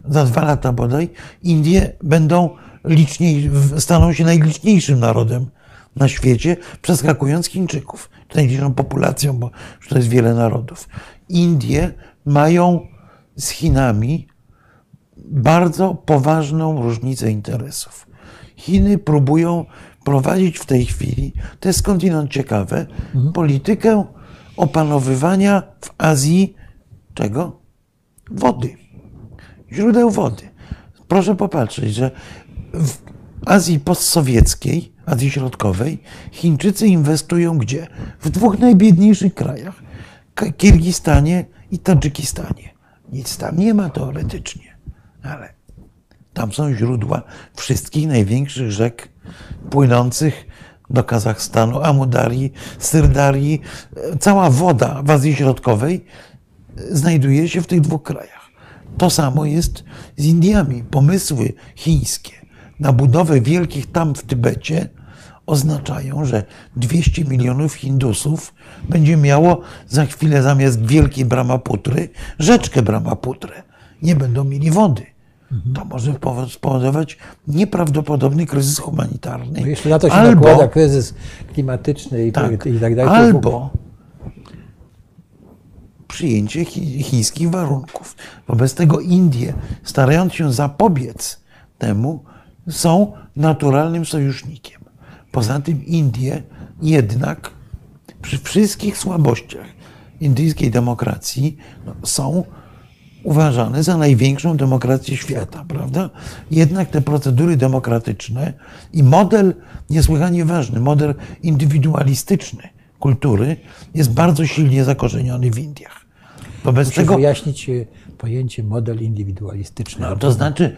za 2 lata bodaj, Indie staną się najliczniejszym narodem na świecie, przeskakując Chińczyków. Najliczniejszą populacją, bo już to jest wiele narodów. Indie mają z Chinami bardzo poważną różnicę interesów. Chiny próbują prowadzić w tej chwili, to jest skądinąd ciekawe, politykę opanowywania w Azji czego? Wody. Źródeł wody. Proszę popatrzeć, że w Azji postsowieckiej, Azji Środkowej, Chińczycy inwestują gdzie? W 2 najbiedniejszych krajach. Kirgistanie i Tadżykistanie. Nic tam nie ma teoretycznie, ale tam są źródła wszystkich największych rzek płynących do Kazachstanu, Amudarii, Syrdarii. Cała woda w Azji Środkowej znajduje się w tych 2 krajach. To samo jest z Indiami. Pomysły chińskie na budowę wielkich tam w Tybecie oznaczają, że 200 milionów Hindusów będzie miało za chwilę zamiast wielkiej Brahmaputry rzeczkę Brahmaputrę. Nie będą mieli wody. To może spowodować nieprawdopodobny kryzys humanitarny. No jeśli na to się nakłada kryzys klimatyczny i tak dalej. Albo przyjęcie chińskich warunków. Wobec tego Indie, starając się zapobiec temu, są naturalnym sojusznikiem. Poza tym Indie jednak przy wszystkich słabościach indyjskiej demokracji są uważane za największą demokrację świata, prawda? Jednak te procedury demokratyczne i model niesłychanie ważny, model indywidualistyczny kultury jest bardzo silnie zakorzeniony w Indiach. Wobec tego wyjaśnić pojęcie model indywidualistyczny. No, to znaczy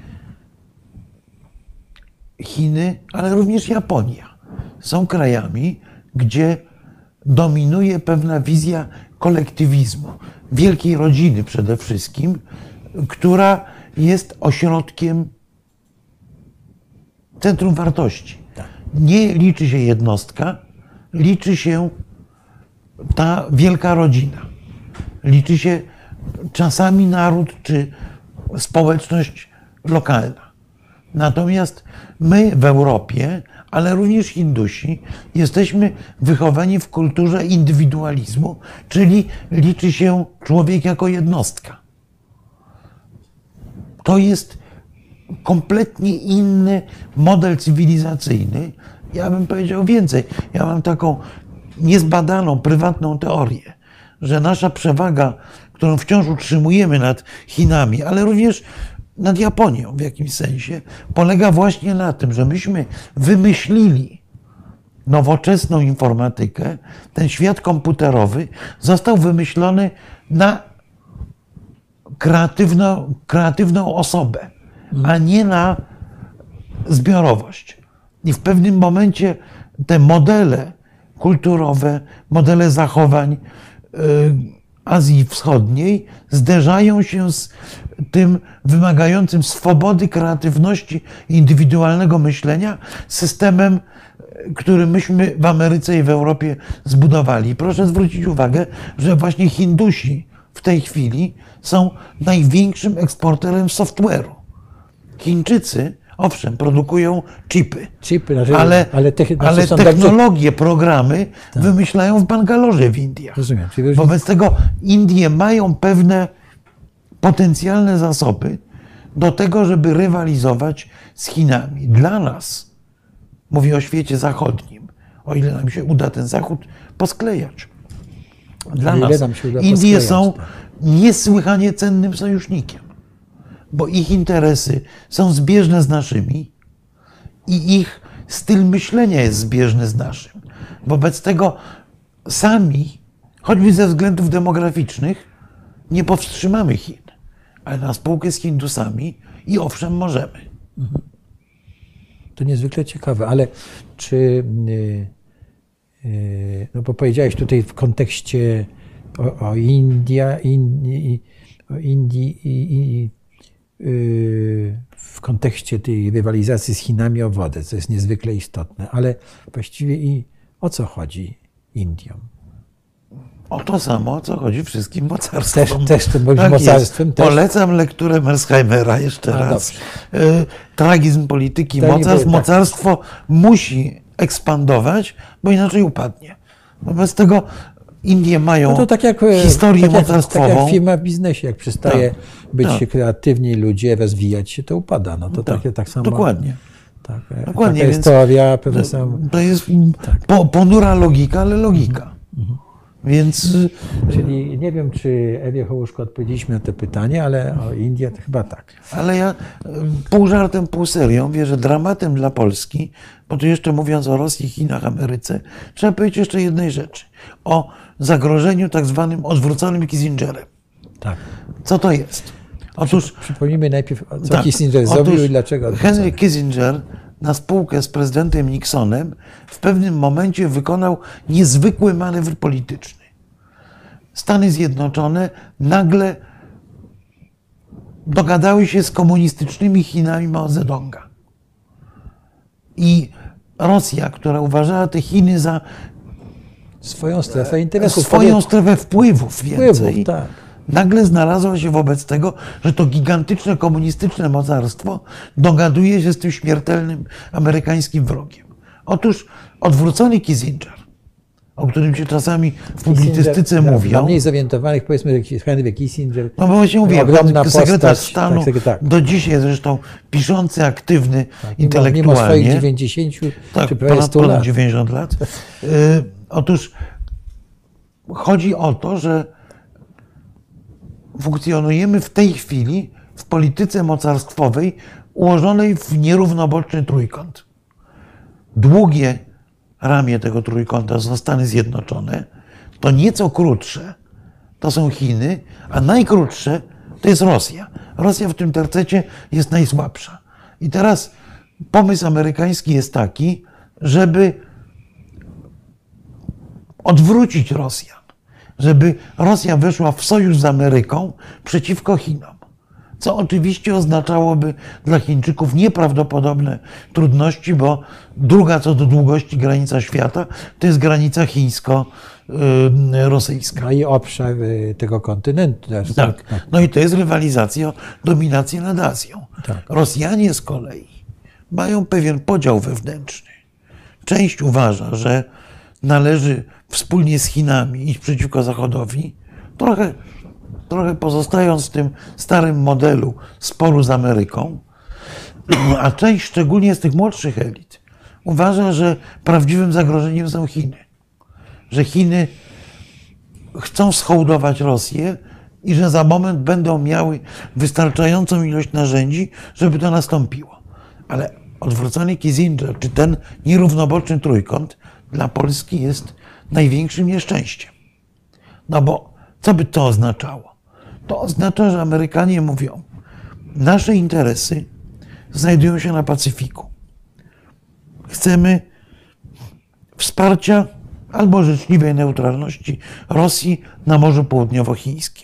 Chiny, ale również Japonia są krajami, gdzie dominuje pewna wizja kolektywizmu, wielkiej rodziny przede wszystkim, która jest ośrodkiem, centrum wartości. Nie liczy się jednostka, liczy się ta wielka rodzina. Liczy się czasami naród czy społeczność lokalna. Natomiast my w Europie, ale również Hindusi, jesteśmy wychowani w kulturze indywidualizmu, czyli liczy się człowiek jako jednostka. To jest kompletnie inny model cywilizacyjny. Ja bym powiedział więcej. Ja mam taką niezbadaną, prywatną teorię, że nasza przewaga, którą wciąż utrzymujemy nad Chinami, ale również nad Japonią w jakimś sensie, polega właśnie na tym, że myśmy wymyślili nowoczesną informatykę. Ten świat komputerowy został wymyślony na kreatywną osobę, a nie na zbiorowość. I w pewnym momencie te modele kulturowe, modele zachowań Azji Wschodniej zderzają się z tym wymagającym swobody, kreatywności i indywidualnego myślenia systemem, który myśmy w Ameryce i w Europie zbudowali. Proszę zwrócić uwagę, że właśnie Hindusi w tej chwili są największym eksporterem software'u. Chińczycy, owszem, produkują chipy, ale technologie, programy wymyślają w Bangalorze w Indiach. Rozumiem. Wobec tego Indie mają pewne potencjalne zasoby do tego, żeby rywalizować z Chinami. Dla nas, mówię o świecie zachodnim, o ile nam się uda ten Zachód posklejać. Dla nas Indie są niesłychanie cennym sojusznikiem, bo ich interesy są zbieżne z naszymi i ich styl myślenia jest zbieżny z naszym. Wobec tego sami, choćby ze względów demograficznych, nie powstrzymamy Chin, ale na spółkę z Hindusami i owszem możemy. To niezwykle ciekawe, ale czy, no bo powiedziałeś tutaj w kontekście o Indii i w kontekście tej rywalizacji z Chinami o wodę, co jest niezwykle istotne, ale właściwie i o co chodzi Indiom? o to samo, co chodzi wszystkim mocarstwom. Też to być Tak mocarstwem. jest. Też. Polecam lekturę Mersheimera jeszcze raz. Tragizm polityki mocarstw. Tak. Mocarstwo musi ekspandować, bo inaczej upadnie. Wobec tego Indie mają No to historię tak mocarstwową. jak firma w biznesie, jak przestaje być tak. kreatywni ludzie, rozwijać się, to upada. No to tak samo. Dokładnie. Taka jest teoria, pewne są... To jest ponura logika, ale logika. Więc... Czyli nie wiem, czy Ewie Hołuszko odpowiedzieliśmy na to pytanie, ale o Indię to chyba tak. Ale ja pół żartem, pół serią wierzę, dramatem dla Polski, bo tu jeszcze mówiąc o Rosji, Chinach, Ameryce, trzeba powiedzieć jeszcze jednej rzeczy. O zagrożeniu tak zwanym odwróconym Kissingerem. Tak. Co to jest? Otóż... Przypomnijmy najpierw, co Kissinger zrobił i dlaczego. Henry Kissinger na spółkę z prezydentem Nixonem w pewnym momencie wykonał niezwykły manewr polityczny. Stany Zjednoczone nagle dogadały się z komunistycznymi Chinami Mao Zedonga. I Rosja, która uważała te Chiny za swoją strefę interesów. Swoją strefę wpływów więcej. Tak. Nagle znalazła się wobec tego, że to gigantyczne komunistyczne mocarstwo dogaduje się z tym śmiertelnym amerykańskim wrogiem. Otóż odwrócony Kissinger, o którym się czasami w publicystyce mówią. Dla mniej zorientowanych, powiedzmy, Henry Kissinger. No bo właśnie mówię, sekretarz stanu, tak. do dzisiaj zresztą piszący, aktywny intelektualnie. Mimo swoich 90 czy prawie 100 lat. 90 lat. Otóż chodzi o to, że funkcjonujemy w tej chwili w polityce mocarstwowej ułożonej w nierównoboczny trójkąt. Długie ramię tego trójkąta są Stany Zjednoczone, to nieco krótsze to są Chiny, a najkrótsze to jest Rosja. Rosja w tym tercecie jest najsłabsza. I teraz pomysł amerykański jest taki, żeby odwrócić Rosjan, żeby Rosja weszła w sojusz z Ameryką przeciwko Chinom. Co oczywiście oznaczałoby dla Chińczyków nieprawdopodobne trudności, bo druga co do długości granica świata to jest granica chińsko-rosyjska. No i obszar tego kontynentu. Tak. No i to jest rywalizacja o dominację nad Azją. Tak. Rosjanie z kolei mają pewien podział wewnętrzny. Część uważa, że należy wspólnie z Chinami iść przeciwko Zachodowi, trochę pozostając w tym starym modelu sporu z Ameryką, a część, szczególnie z tych młodszych elit, uważa, że prawdziwym zagrożeniem są Chiny. Że Chiny chcą schołdować Rosję i że za moment będą miały wystarczającą ilość narzędzi, żeby to nastąpiło. Ale odwrócony Kissinger, czy ten nierównoboczny trójkąt dla Polski jest największym nieszczęściem. No bo co by to oznaczało? To oznacza, że Amerykanie mówią, nasze interesy znajdują się na Pacyfiku. Chcemy wsparcia albo życzliwej neutralności Rosji na Morzu Południowochińskim.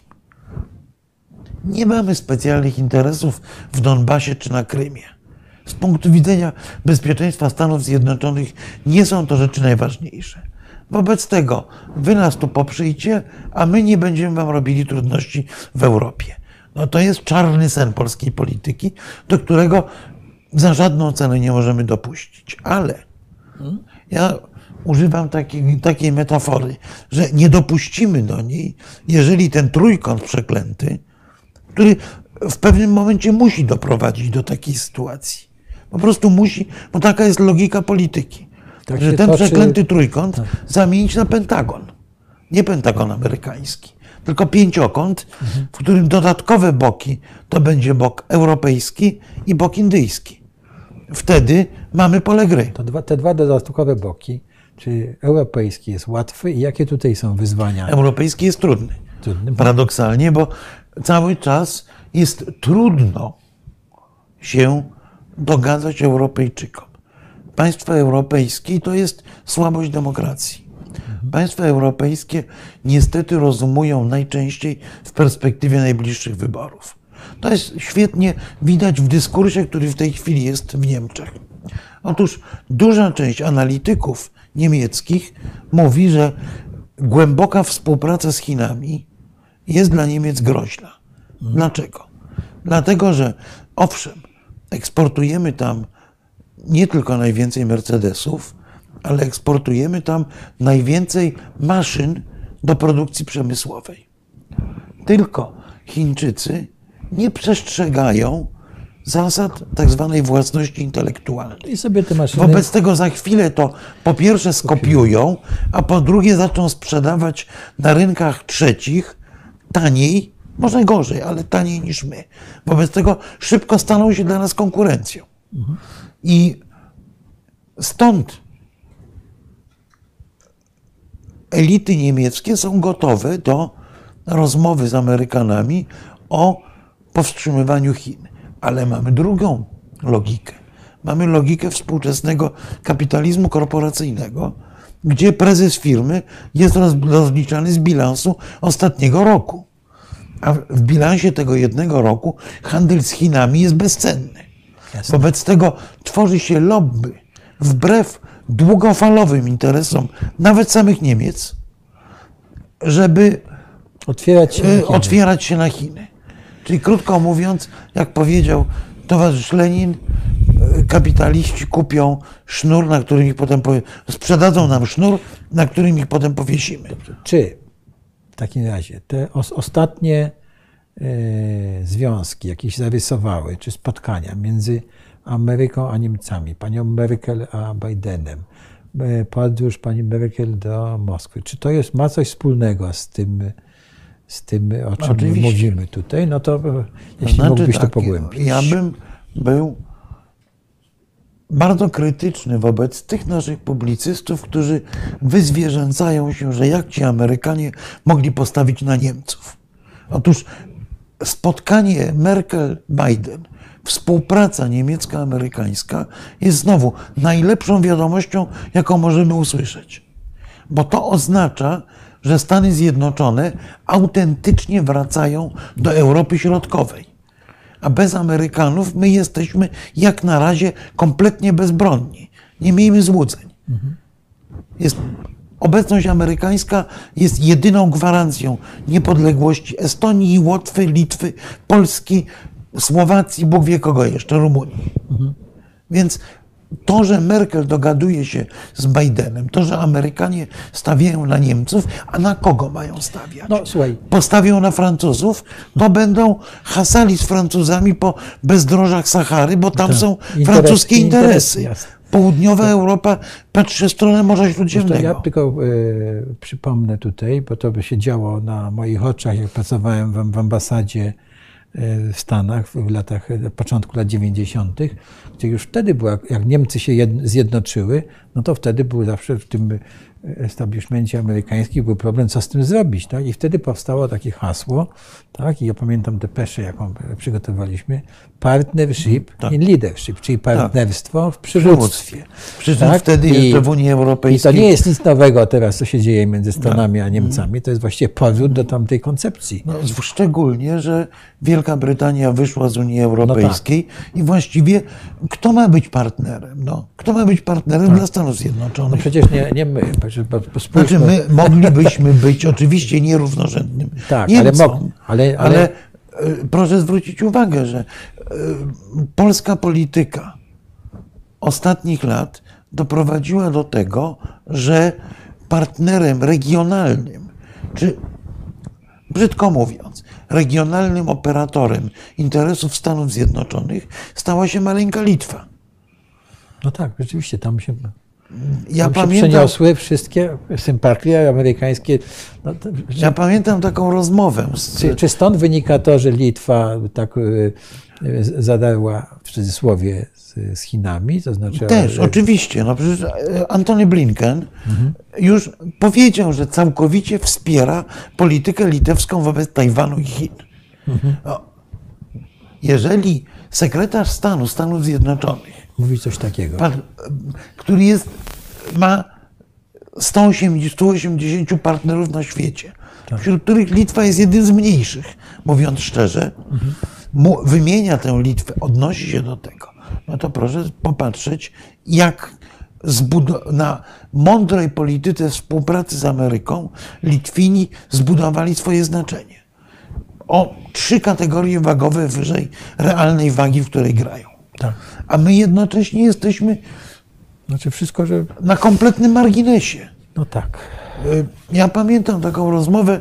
Nie mamy specjalnych interesów w Donbasie czy na Krymie. Z punktu widzenia bezpieczeństwa Stanów Zjednoczonych nie są to rzeczy najważniejsze. Wobec tego wy nas tu poprzyjcie, a my nie będziemy wam robili trudności w Europie. No to jest czarny sen polskiej polityki, do którego za żadną cenę nie możemy dopuścić. Ale ja używam takiej metafory, że nie dopuścimy do niej, jeżeli ten trójkąt przeklęty, który w pewnym momencie musi doprowadzić do takiej sytuacji. Po prostu musi, bo taka jest logika polityki. Tak że ten przeklęty trójkąt zamienić na pentagon. Nie pentagon amerykański, tylko pięciokąt, w którym dodatkowe boki to będzie bok europejski i bok indyjski. Wtedy mamy pole gry. Te dwa dodatkowe boki, czy europejski jest łatwy i jakie tutaj są wyzwania? Europejski jest trudny. Paradoksalnie, bo cały czas jest trudno się dogadać Europejczykom. Państwa europejskie to jest słabość demokracji. Państwa europejskie niestety rozumują najczęściej w perspektywie najbliższych wyborów. To jest świetnie widać w dyskursie, który w tej chwili jest w Niemczech. Otóż duża część analityków niemieckich mówi, że głęboka współpraca z Chinami jest dla Niemiec groźna. Dlaczego? Dlatego, że owszem, eksportujemy tam nie tylko najwięcej Mercedesów, ale eksportujemy tam najwięcej maszyn do produkcji przemysłowej. Tylko Chińczycy nie przestrzegają zasad tak zwanej własności intelektualnej. I sobie te maszyny... Wobec tego za chwilę to po pierwsze skopiują, a po drugie zaczną sprzedawać na rynkach trzecich taniej, może gorzej, ale taniej niż my. Wobec tego szybko staną się dla nas konkurencją. I stąd elity niemieckie są gotowe do rozmowy z Amerykanami o powstrzymywaniu Chin. Ale mamy drugą logikę. Mamy logikę współczesnego kapitalizmu korporacyjnego, gdzie prezes firmy jest rozliczany z bilansu ostatniego roku. A w bilansie tego jednego roku handel z Chinami jest bezcenny. Jasne. Wobec tego tworzy się lobby wbrew długofalowym interesom nawet samych Niemiec, żeby otwierać się na Chiny. Czyli krótko mówiąc, jak powiedział towarzysz Lenin, kapitaliści kupią sznur, na którym ich potem sprzedadzą nam sznur, na którym ich potem powiesimy. Czy w takim razie te ostatnie związki jakieś zarysowały, czy spotkania między Ameryką a Niemcami, panią Merkel a Bidenem, podróż pani Merkel do Moskwy, czy to ma coś wspólnego z tym, o czym Oczywiście. mówimy tutaj? No to jeśli mógłbyś to pogłębić. Ja bym był bardzo krytyczny wobec tych naszych publicystów, którzy wyzwierzęcają się, że jak ci Amerykanie mogli postawić na Niemców. Otóż spotkanie Merkel-Biden, współpraca niemiecko-amerykańska jest znowu najlepszą wiadomością, jaką możemy usłyszeć. Bo to oznacza, że Stany Zjednoczone autentycznie wracają do Europy Środkowej. A bez Amerykanów my jesteśmy jak na razie kompletnie bezbronni. Nie miejmy złudzeń. Obecność amerykańska jest jedyną gwarancją niepodległości Estonii, Łotwy, Litwy, Polski, Słowacji, Bóg wie kogo jeszcze, Rumunii. Więc to, że Merkel dogaduje się z Bidenem, to, że Amerykanie stawiają na Niemców, a na kogo mają stawiać? No, słuchaj. Postawią na Francuzów, to będą hasali z Francuzami po bezdrożach Sahary, bo tam są francuskie interesy. Południowa Europa patrzy w stronę Morza Śródziemnego. Ja tylko przypomnę tutaj, bo to by się działo na moich oczach, jak pracowałem w ambasadzie w Stanach w początku lat 90., gdzie już wtedy była, jak Niemcy się zjednoczyły, no to wtedy był zawsze w tym establishmencie amerykańskim był problem, co z tym zrobić. Tak? I wtedy powstało takie hasło, tak? I ja pamiętam depeszę, jaką przygotowaliśmy, partnership in leadership, czyli partnerstwo w przywództwie. Przy czym wtedy jeszcze w Unii Europejskiej. I to nie jest nic nowego teraz, co się dzieje między Stanami a Niemcami. To jest właściwie powrót do tamtej koncepcji. No, szczególnie, że Wielka Brytania wyszła z Unii Europejskiej i właściwie kto ma być partnerem? No, kto ma być partnerem dla Stanów Zjednoczonych? No przecież nie my. Znaczy my moglibyśmy być oczywiście nierównorzędnym Niemcom, ale proszę zwrócić uwagę, że polska polityka ostatnich lat doprowadziła do tego, że partnerem regionalnym, czy brzydko mówiąc, regionalnym operatorem interesów Stanów Zjednoczonych stała się maleńka Litwa. No tak, rzeczywiście, tam się pamiętam, przeniosły wszystkie sympatie amerykańskie. No ja pamiętam taką rozmowę. Czy stąd wynika to, że Litwa tak zadarła w cudzysłowie z Chinami? To znaczy, też, oczywiście. No przecież Antony Blinken już powiedział, że całkowicie wspiera politykę litewską wobec Tajwanu i Chin. Jeżeli sekretarz stanu Stanów Zjednoczonych mówi coś takiego, który ma 180 partnerów na świecie, wśród których Litwa jest jednym z mniejszych, mówiąc szczerze, wymienia tę Litwę, odnosi się do tego, no to proszę popatrzeć, jak na mądrej polityce współpracy z Ameryką Litwini zbudowali swoje znaczenie. O 3 kategorie wagowe wyżej realnej wagi, w której grają. Tak. A my jednocześnie jesteśmy Znaczy wszystko, że... na kompletnym marginesie. No tak. Ja pamiętam taką rozmowę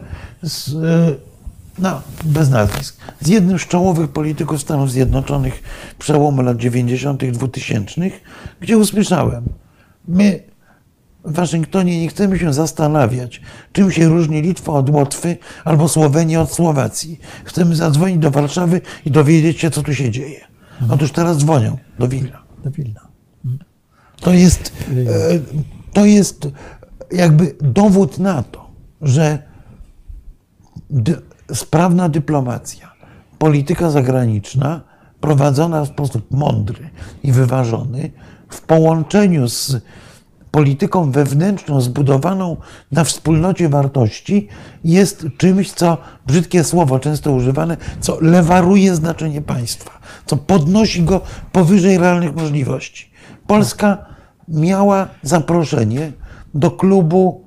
bez nazwisk, z jednym z czołowych polityków Stanów Zjednoczonych przełomu lat 90., 2000, gdzie usłyszałem: my w Waszyngtonie nie chcemy się zastanawiać, czym się różni Litwa od Łotwy albo Słowenia od Słowacji. Chcemy zadzwonić do Warszawy i dowiedzieć się, co tu się dzieje. Otóż teraz dzwonią do Wilna. Do Wilna. To jest jakby dowód na to, że sprawna dyplomacja, polityka zagraniczna prowadzona w sposób mądry i wyważony w połączeniu z polityką wewnętrzną zbudowaną na wspólnocie wartości jest czymś, co, brzydkie słowo często używane, co lewaruje znaczenie państwa, co podnosi go powyżej realnych możliwości. Polska miała zaproszenie do klubu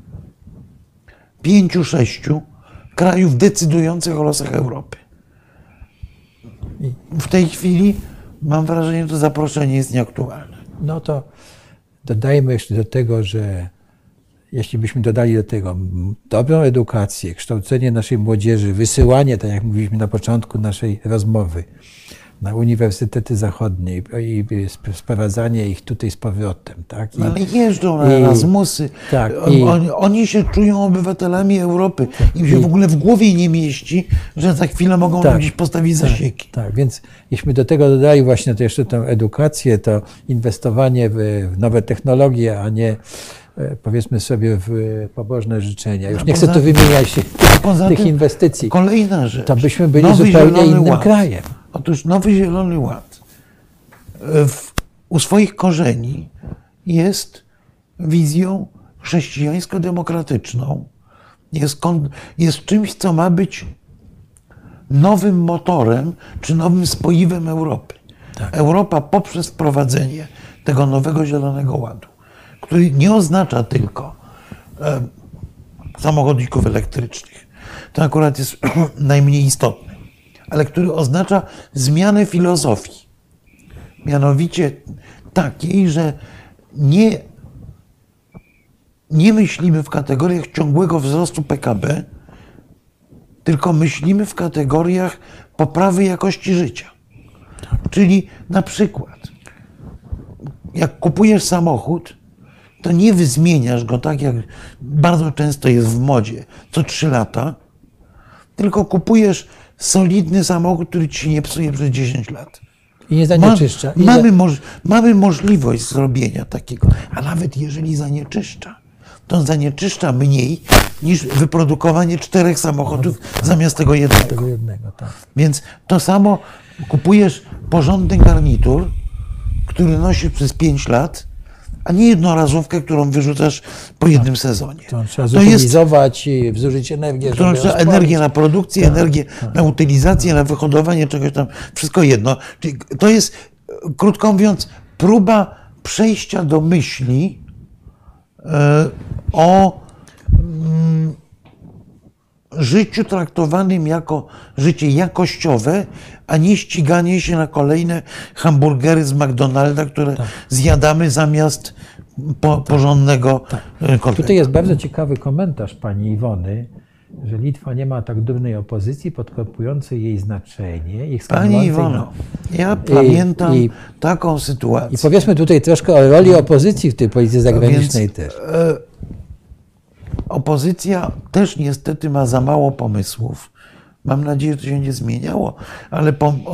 5-6 krajów decydujących o losach Europy. W tej chwili mam wrażenie, że to zaproszenie jest nieaktualne. No to dodajmy jeszcze do tego, że jeśli byśmy dodali do tego dobrą edukację, kształcenie naszej młodzieży, wysyłanie, tak jak mówiliśmy na początku naszej rozmowy, na uniwersytety zachodnie i sprowadzanie ich tutaj z powrotem. Tak? Ale jeżdżą na Erasmusy. Tak, oni się czują obywatelami Europy. Im się w ogóle w głowie nie mieści, że za chwilę mogą gdzieś postawić zasieki. Tak, więc jeśli do tego dodali właśnie to jeszcze tę edukację, to inwestowanie w nowe technologie, a nie powiedzmy sobie w pobożne życzenia. Już nie chcę tu wymieniać tych inwestycji. Kolejna rzecz. To byśmy byli zupełnie innym krajem. Otóż Nowy Zielony Ład u swoich korzeni jest wizją chrześcijańsko-demokratyczną. Jest czymś, co ma być nowym motorem czy nowym spoiwem Europy. Tak. Europa poprzez wprowadzenie tego Nowego Zielonego Ładu, który nie oznacza tylko samochodników elektrycznych. To akurat jest najmniej istotne, ale który oznacza zmianę filozofii. Mianowicie takiej, że nie myślimy w kategoriach ciągłego wzrostu PKB, tylko myślimy w kategoriach poprawy jakości życia. Czyli na przykład, jak kupujesz samochód, to nie wyzmieniasz go tak, jak bardzo często jest w modzie, co 3 lata, tylko kupujesz solidny samochód, który ci się nie psuje przez 10 lat. I nie zanieczyszcza. Mamy możliwość zrobienia takiego, a nawet jeżeli zanieczyszcza, to zanieczyszcza mniej niż wyprodukowanie 4 samochodów zamiast tego jednego. Tak. Więc to samo kupujesz porządny garnitur, który nosisz przez 5 lat, a nie jednorazówkę, którą wyrzucasz po jednym sezonie. To trzeba zutylizować i zużyć energię. Którą trzeba energię na produkcję, energię na utylizację, na wyhodowanie czegoś tam, wszystko jedno. Czyli to jest, krótko mówiąc, próba przejścia do myśli o życiu traktowanym jako życie jakościowe, a nie ściganie się na kolejne hamburgery z McDonalda, które zjadamy zamiast porządnego kotleta. Tutaj jest bardzo ciekawy komentarz pani Iwony, że Litwa nie ma tak dumnej opozycji podkopującej jej znaczenie. Pani Iwono, ja pamiętam taką sytuację. I powiedzmy tutaj troszkę o roli opozycji w tej polityce zagranicznej też. Opozycja też niestety ma za mało pomysłów. Mam nadzieję, że to się nie zmieniało, ale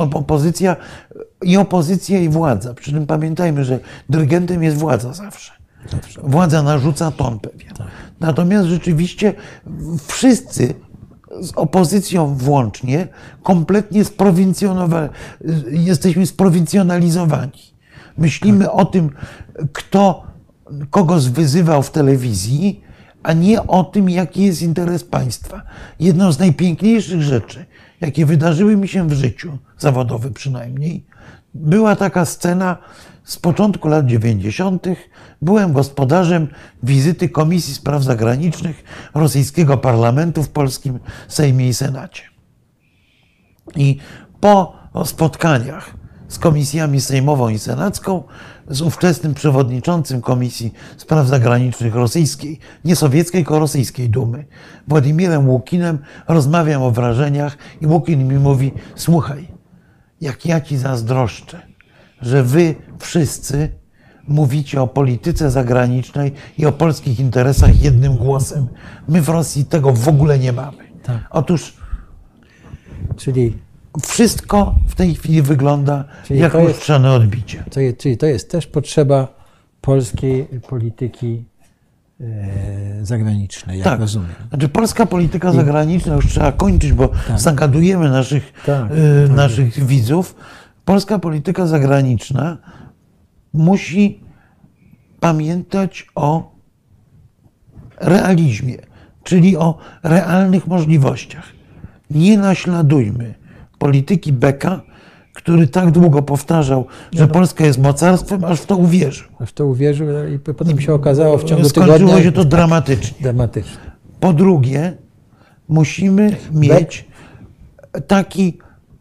opozycja i władza. Przy czym pamiętajmy, że dyrygentem jest władza zawsze. Władza narzuca ton pewien. Natomiast rzeczywiście wszyscy, z opozycją włącznie, kompletnie jesteśmy sprowincjonalizowani. Myślimy o tym, kto kogo wyzywał w telewizji, a nie o tym, jaki jest interes państwa. Jedną z najpiękniejszych rzeczy, jakie wydarzyły mi się w życiu, zawodowym przynajmniej, była taka scena z początku lat 90. byłem gospodarzem wizyty Komisji Spraw Zagranicznych rosyjskiego parlamentu w polskim Sejmie i Senacie. I po spotkaniach z komisjami sejmową i senacką, z ówczesnym przewodniczącym Komisji Spraw Zagranicznych rosyjskiej, nie sowieckiej, tylko rosyjskiej Dumy, Władimirem Łukinem, rozmawiam o wrażeniach i Łukin mi mówi: słuchaj, jak ja ci zazdroszczę, że wy wszyscy mówicie o polityce zagranicznej i o polskich interesach jednym głosem. My w Rosji tego w ogóle nie mamy. Tak. Otóż Czyli wszystko w tej chwili wygląda jak lustrzane odbicie. Czyli to jest też potrzeba polskiej polityki zagranicznej, jak rozumiem. Znaczy polska polityka zagraniczna, już trzeba kończyć, bo zagadujemy naszych widzów. Polska polityka zagraniczna musi pamiętać o realizmie, czyli o realnych możliwościach. Nie naśladujmy polityki Beka, który tak długo powtarzał, że Polska jest mocarstwem, aż w to uwierzył. Aż w to uwierzył i potem się okazało w ciągu tygodnia... Skończyło się to dramatycznie. Dramatycznie. Po drugie, musimy mieć taki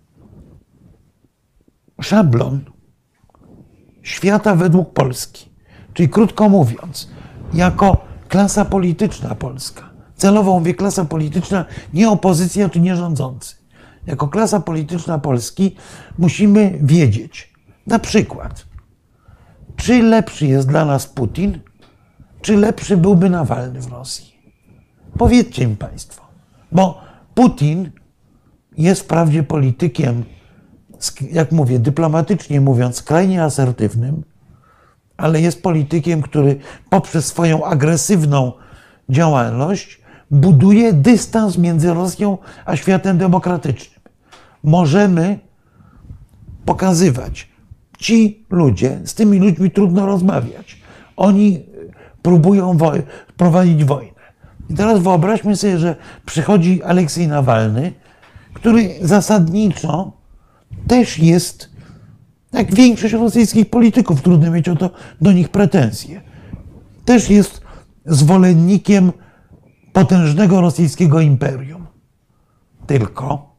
szablon świata według Polski. Czyli krótko mówiąc, jako klasa polityczna polska, celowo mówię klasa polityczna, nie opozycja czy nie rządzący. Jako klasa polityczna Polski musimy wiedzieć, na przykład, czy lepszy jest dla nas Putin, czy lepszy byłby Nawalny w Rosji. Powiedzcie mi Państwo, bo Putin jest wprawdzie politykiem, jak mówię, dyplomatycznie mówiąc, skrajnie asertywnym, ale jest politykiem, który poprzez swoją agresywną działalność buduje dystans między Rosją a światem demokratycznym. Możemy pokazywać, ci ludzie, z tymi ludźmi trudno rozmawiać. Oni próbują prowadzić wojnę. I teraz wyobraźmy sobie, że przychodzi Aleksiej Nawalny, który zasadniczo też jest, jak większość rosyjskich polityków, trudno mieć o to do nich pretensje, też jest zwolennikiem potężnego rosyjskiego imperium. Tylko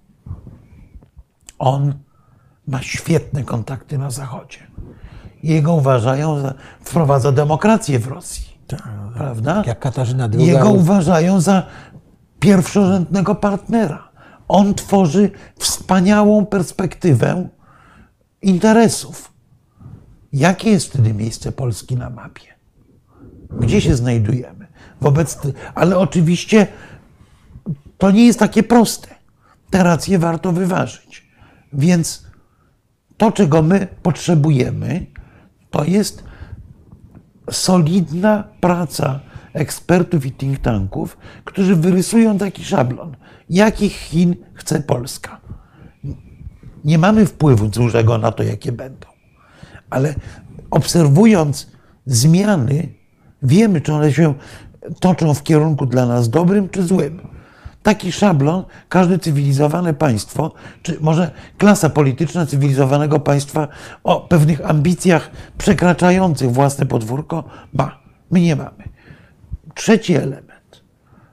on ma świetne kontakty na Zachodzie. Jego uważają za, wprowadza demokrację w Rosji. Prawda? Jak Katarzyna II. Jego uważają za pierwszorzędnego partnera. On tworzy wspaniałą perspektywę interesów. Jakie jest wtedy miejsce Polski na mapie? Gdzie się znajdujemy? Ale oczywiście to nie jest takie proste. Te racje warto wyważyć. Więc to, czego my potrzebujemy, to jest solidna praca ekspertów i think tanków, którzy wyrysują taki szablon. Jakich Chin chce Polska? Nie mamy wpływu dużego na to, jakie będą. Ale obserwując zmiany, wiemy, czy one się toczą w kierunku dla nas dobrym czy złym. Taki szablon każde cywilizowane państwo, czy może klasa polityczna cywilizowanego państwa o pewnych ambicjach przekraczających własne podwórko ma. My nie mamy. Trzeci element.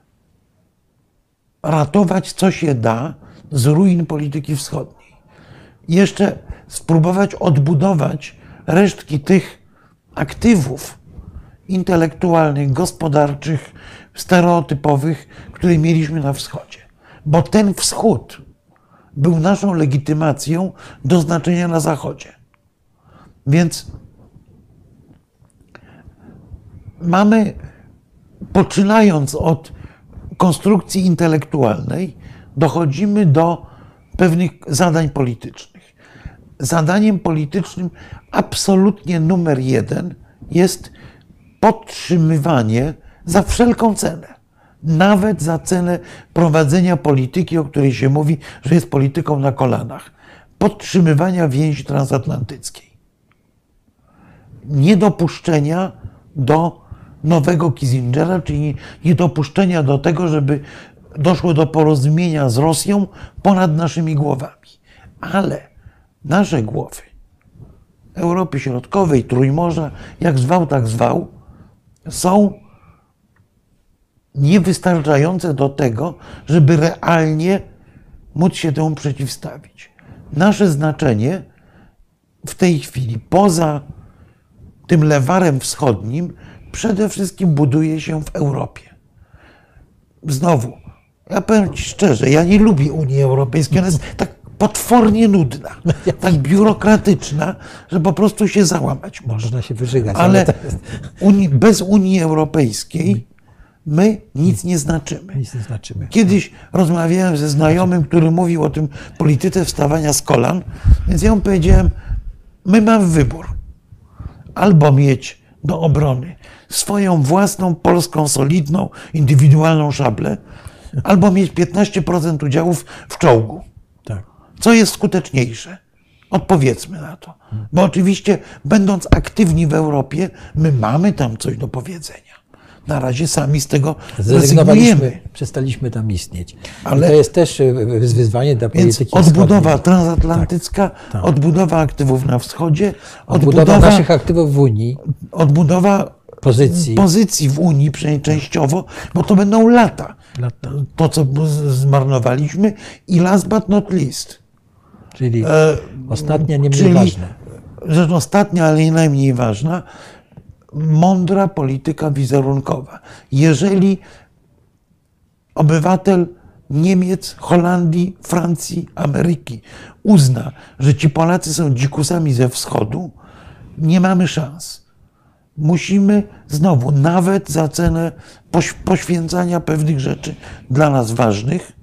Ratować, co się da z ruin polityki wschodniej. Jeszcze spróbować odbudować resztki tych aktywów intelektualnych, gospodarczych, stereotypowych, które mieliśmy na wschodzie. Bo ten wschód był naszą legitymacją do znaczenia na zachodzie. Więc mamy, poczynając od konstrukcji intelektualnej, dochodzimy do pewnych zadań politycznych. Zadaniem politycznym absolutnie numer jeden jest podtrzymywanie za wszelką cenę, nawet za cenę prowadzenia polityki, o której się mówi, że jest polityką na kolanach, podtrzymywania więzi transatlantyckiej. Niedopuszczenia do nowego Kissingera, czyli niedopuszczenia do tego, żeby doszło do porozumienia z Rosją ponad naszymi głowami. Ale nasze głowy, Europy Środkowej, Trójmorza, jak zwał, tak zwał, są niewystarczające do tego, żeby realnie móc się temu przeciwstawić. Nasze znaczenie w tej chwili, poza tym lewarem wschodnim, przede wszystkim buduje się w Europie. Znowu, ja powiem Ci szczerze, ja nie lubię Unii Europejskiej, ona jest tak potwornie nudna, tak biurokratyczna, że po prostu się załamać może. Można się wyżygać. Ale to jest... bez Unii Europejskiej my nic nie znaczymy. Nic nie znaczymy. Kiedyś rozmawiałem ze znajomym, który mówił o tym polityce wstawania z kolan, więc ja mu powiedziałem, my mamy wybór. Albo mieć do obrony swoją własną, polską, solidną, indywidualną szablę, albo mieć 15% udziałów w czołgu. Tak. Co jest skuteczniejsze? Odpowiedzmy na to. Bo oczywiście, będąc aktywni w Europie, my mamy tam coś do powiedzenia. Na razie sami z tego rezygnujemy. Przestaliśmy tam istnieć. Ale to jest też wyzwanie dla polityki odbudowa wschodniej. transatlantycka, tak. Odbudowa aktywów na wschodzie, odbudowa naszych aktywów w Unii, odbudowa pozycji w Unii, przynajmniej częściowo, bo to będą lata. To, co zmarnowaliśmy. I last but not least. Czyli ostatnia, nie mniej ważna. Rzecz ostatnia, ale nie najmniej ważna. Mądra polityka wizerunkowa. Jeżeli obywatel Niemiec, Holandii, Francji, Ameryki uzna, że ci Polacy są dzikusami ze wschodu, nie mamy szans. Musimy znowu, nawet za cenę poświęcania pewnych rzeczy dla nas ważnych,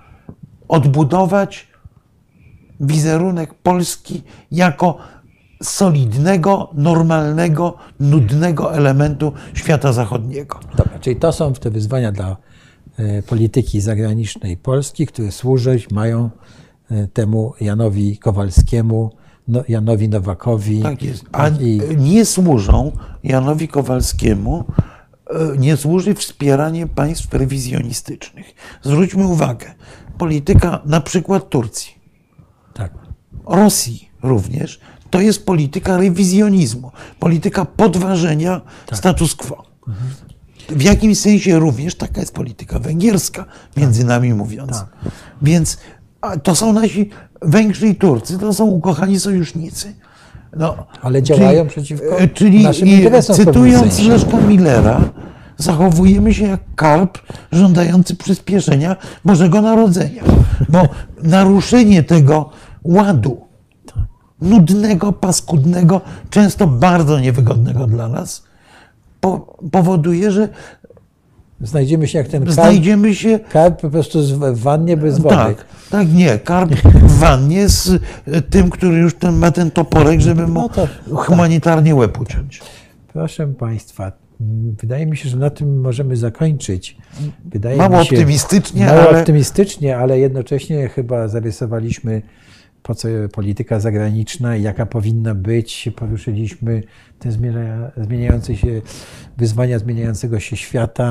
odbudować wizerunek Polski jako solidnego, normalnego, nudnego elementu świata zachodniego. Dobra, czyli to są te wyzwania dla polityki zagranicznej Polski, które służyć mają temu Janowi Kowalskiemu, Janowi Nowakowi. Tak jest. A nie służą Janowi Kowalskiemu, nie służy wspieranie państw rewizjonistycznych. Zwróćmy uwagę, polityka na przykład Turcji, tak. Rosji również, to jest polityka rewizjonizmu, polityka podważenia status quo. W jakimś sensie również taka jest polityka węgierska, między nami mówiąc. Tak. Więc to są nasi Węgrzy i Turcy, to są ukochani sojusznicy. No, ale działają przeciwko czyli naszym interesom. Cytując Leszka Millera, zachowujemy się jak karp żądający przyspieszenia Bożego Narodzenia. Bo naruszenie tego ładu nudnego, paskudnego, często bardzo niewygodnego dla nas, powoduje, że znajdziemy się jak ten karp po prostu w wannie bez wody. Tak, nie. Karp w wannie z tym, który już ma ten toporek, żeby mu humanitarnie łeb uciąć. Proszę Państwa, wydaje mi się, że na tym możemy zakończyć. Mało optymistycznie, ale jednocześnie chyba zarysowaliśmy, po co polityka zagraniczna i jaka powinna być. Poruszyliśmy te zmieniające się wyzwania zmieniającego się świata.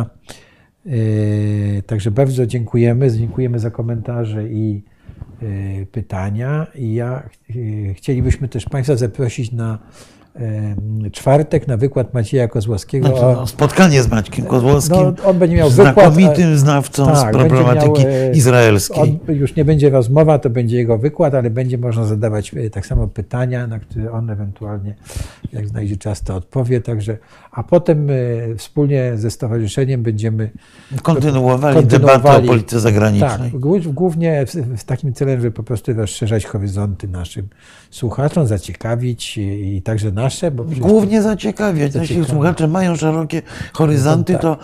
Także bardzo dziękujemy. Dziękujemy za komentarze i pytania. I chcielibyśmy też Państwa zaprosić na czwartek na wykład Macieja Kozłowskiego. Spotkanie z Maćkiem Kozłowskim, on będzie miał znakomitym znawcą z problematyki izraelskiej. Już nie będzie rozmowa, to będzie jego wykład, ale będzie można zadawać tak samo pytania, na które on ewentualnie, jak znajdzie czas, to odpowie. Także, a potem wspólnie ze stowarzyszeniem będziemy kontynuowali debatę o polityce zagranicznej. Tak, głównie z takim celem, żeby po prostu rozszerzać horyzonty naszym słuchaczom, zaciekawić i także nasze. Bo głównie zaciekawiać. Jeśli słuchacze mają szerokie horyzonty, to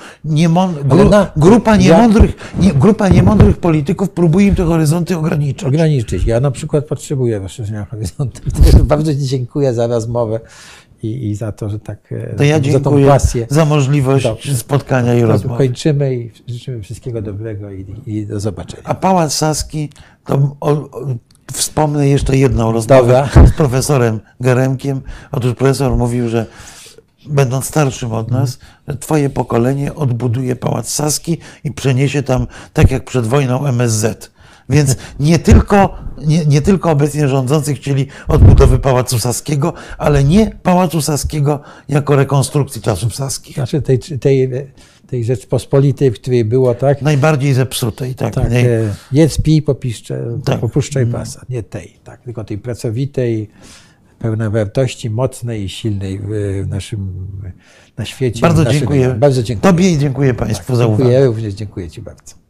grupa niemądrych polityków próbuje im te horyzonty ograniczyć. Ja na przykład potrzebuję rozszerzenia horyzontów. Bardzo Ci dziękuję za rozmowę i za to, że tak. To ja dziękuję za możliwość spotkania i rozmowy. Kończymy i życzymy wszystkiego dobrego i do zobaczenia. A Pałac Saski, to wspomnę jeszcze jedną rozmowę z profesorem Geremkiem. Otóż profesor mówił, że będąc starszym od nas, że twoje pokolenie odbuduje Pałac Saski i przeniesie tam, tak jak przed wojną, MSZ. Więc nie tylko obecnie rządzący chcieli odbudowy Pałacu Saskiego, ale nie Pałacu Saskiego jako rekonstrukcji czasów saskich. Znaczy tej Rzeczpospolitej, w której było tak. Najbardziej zepsutej, tak. Tak, jedz, pij, Tak. popuszczaj pasa. Nie tej, tak, tylko tej pracowitej, pełnej wartości, mocnej i silnej na świecie. Bardzo dziękuję. Bardzo dziękuję. Tobie i dziękuję Państwu za uwagę. Dziękuję, również dziękuję Ci bardzo.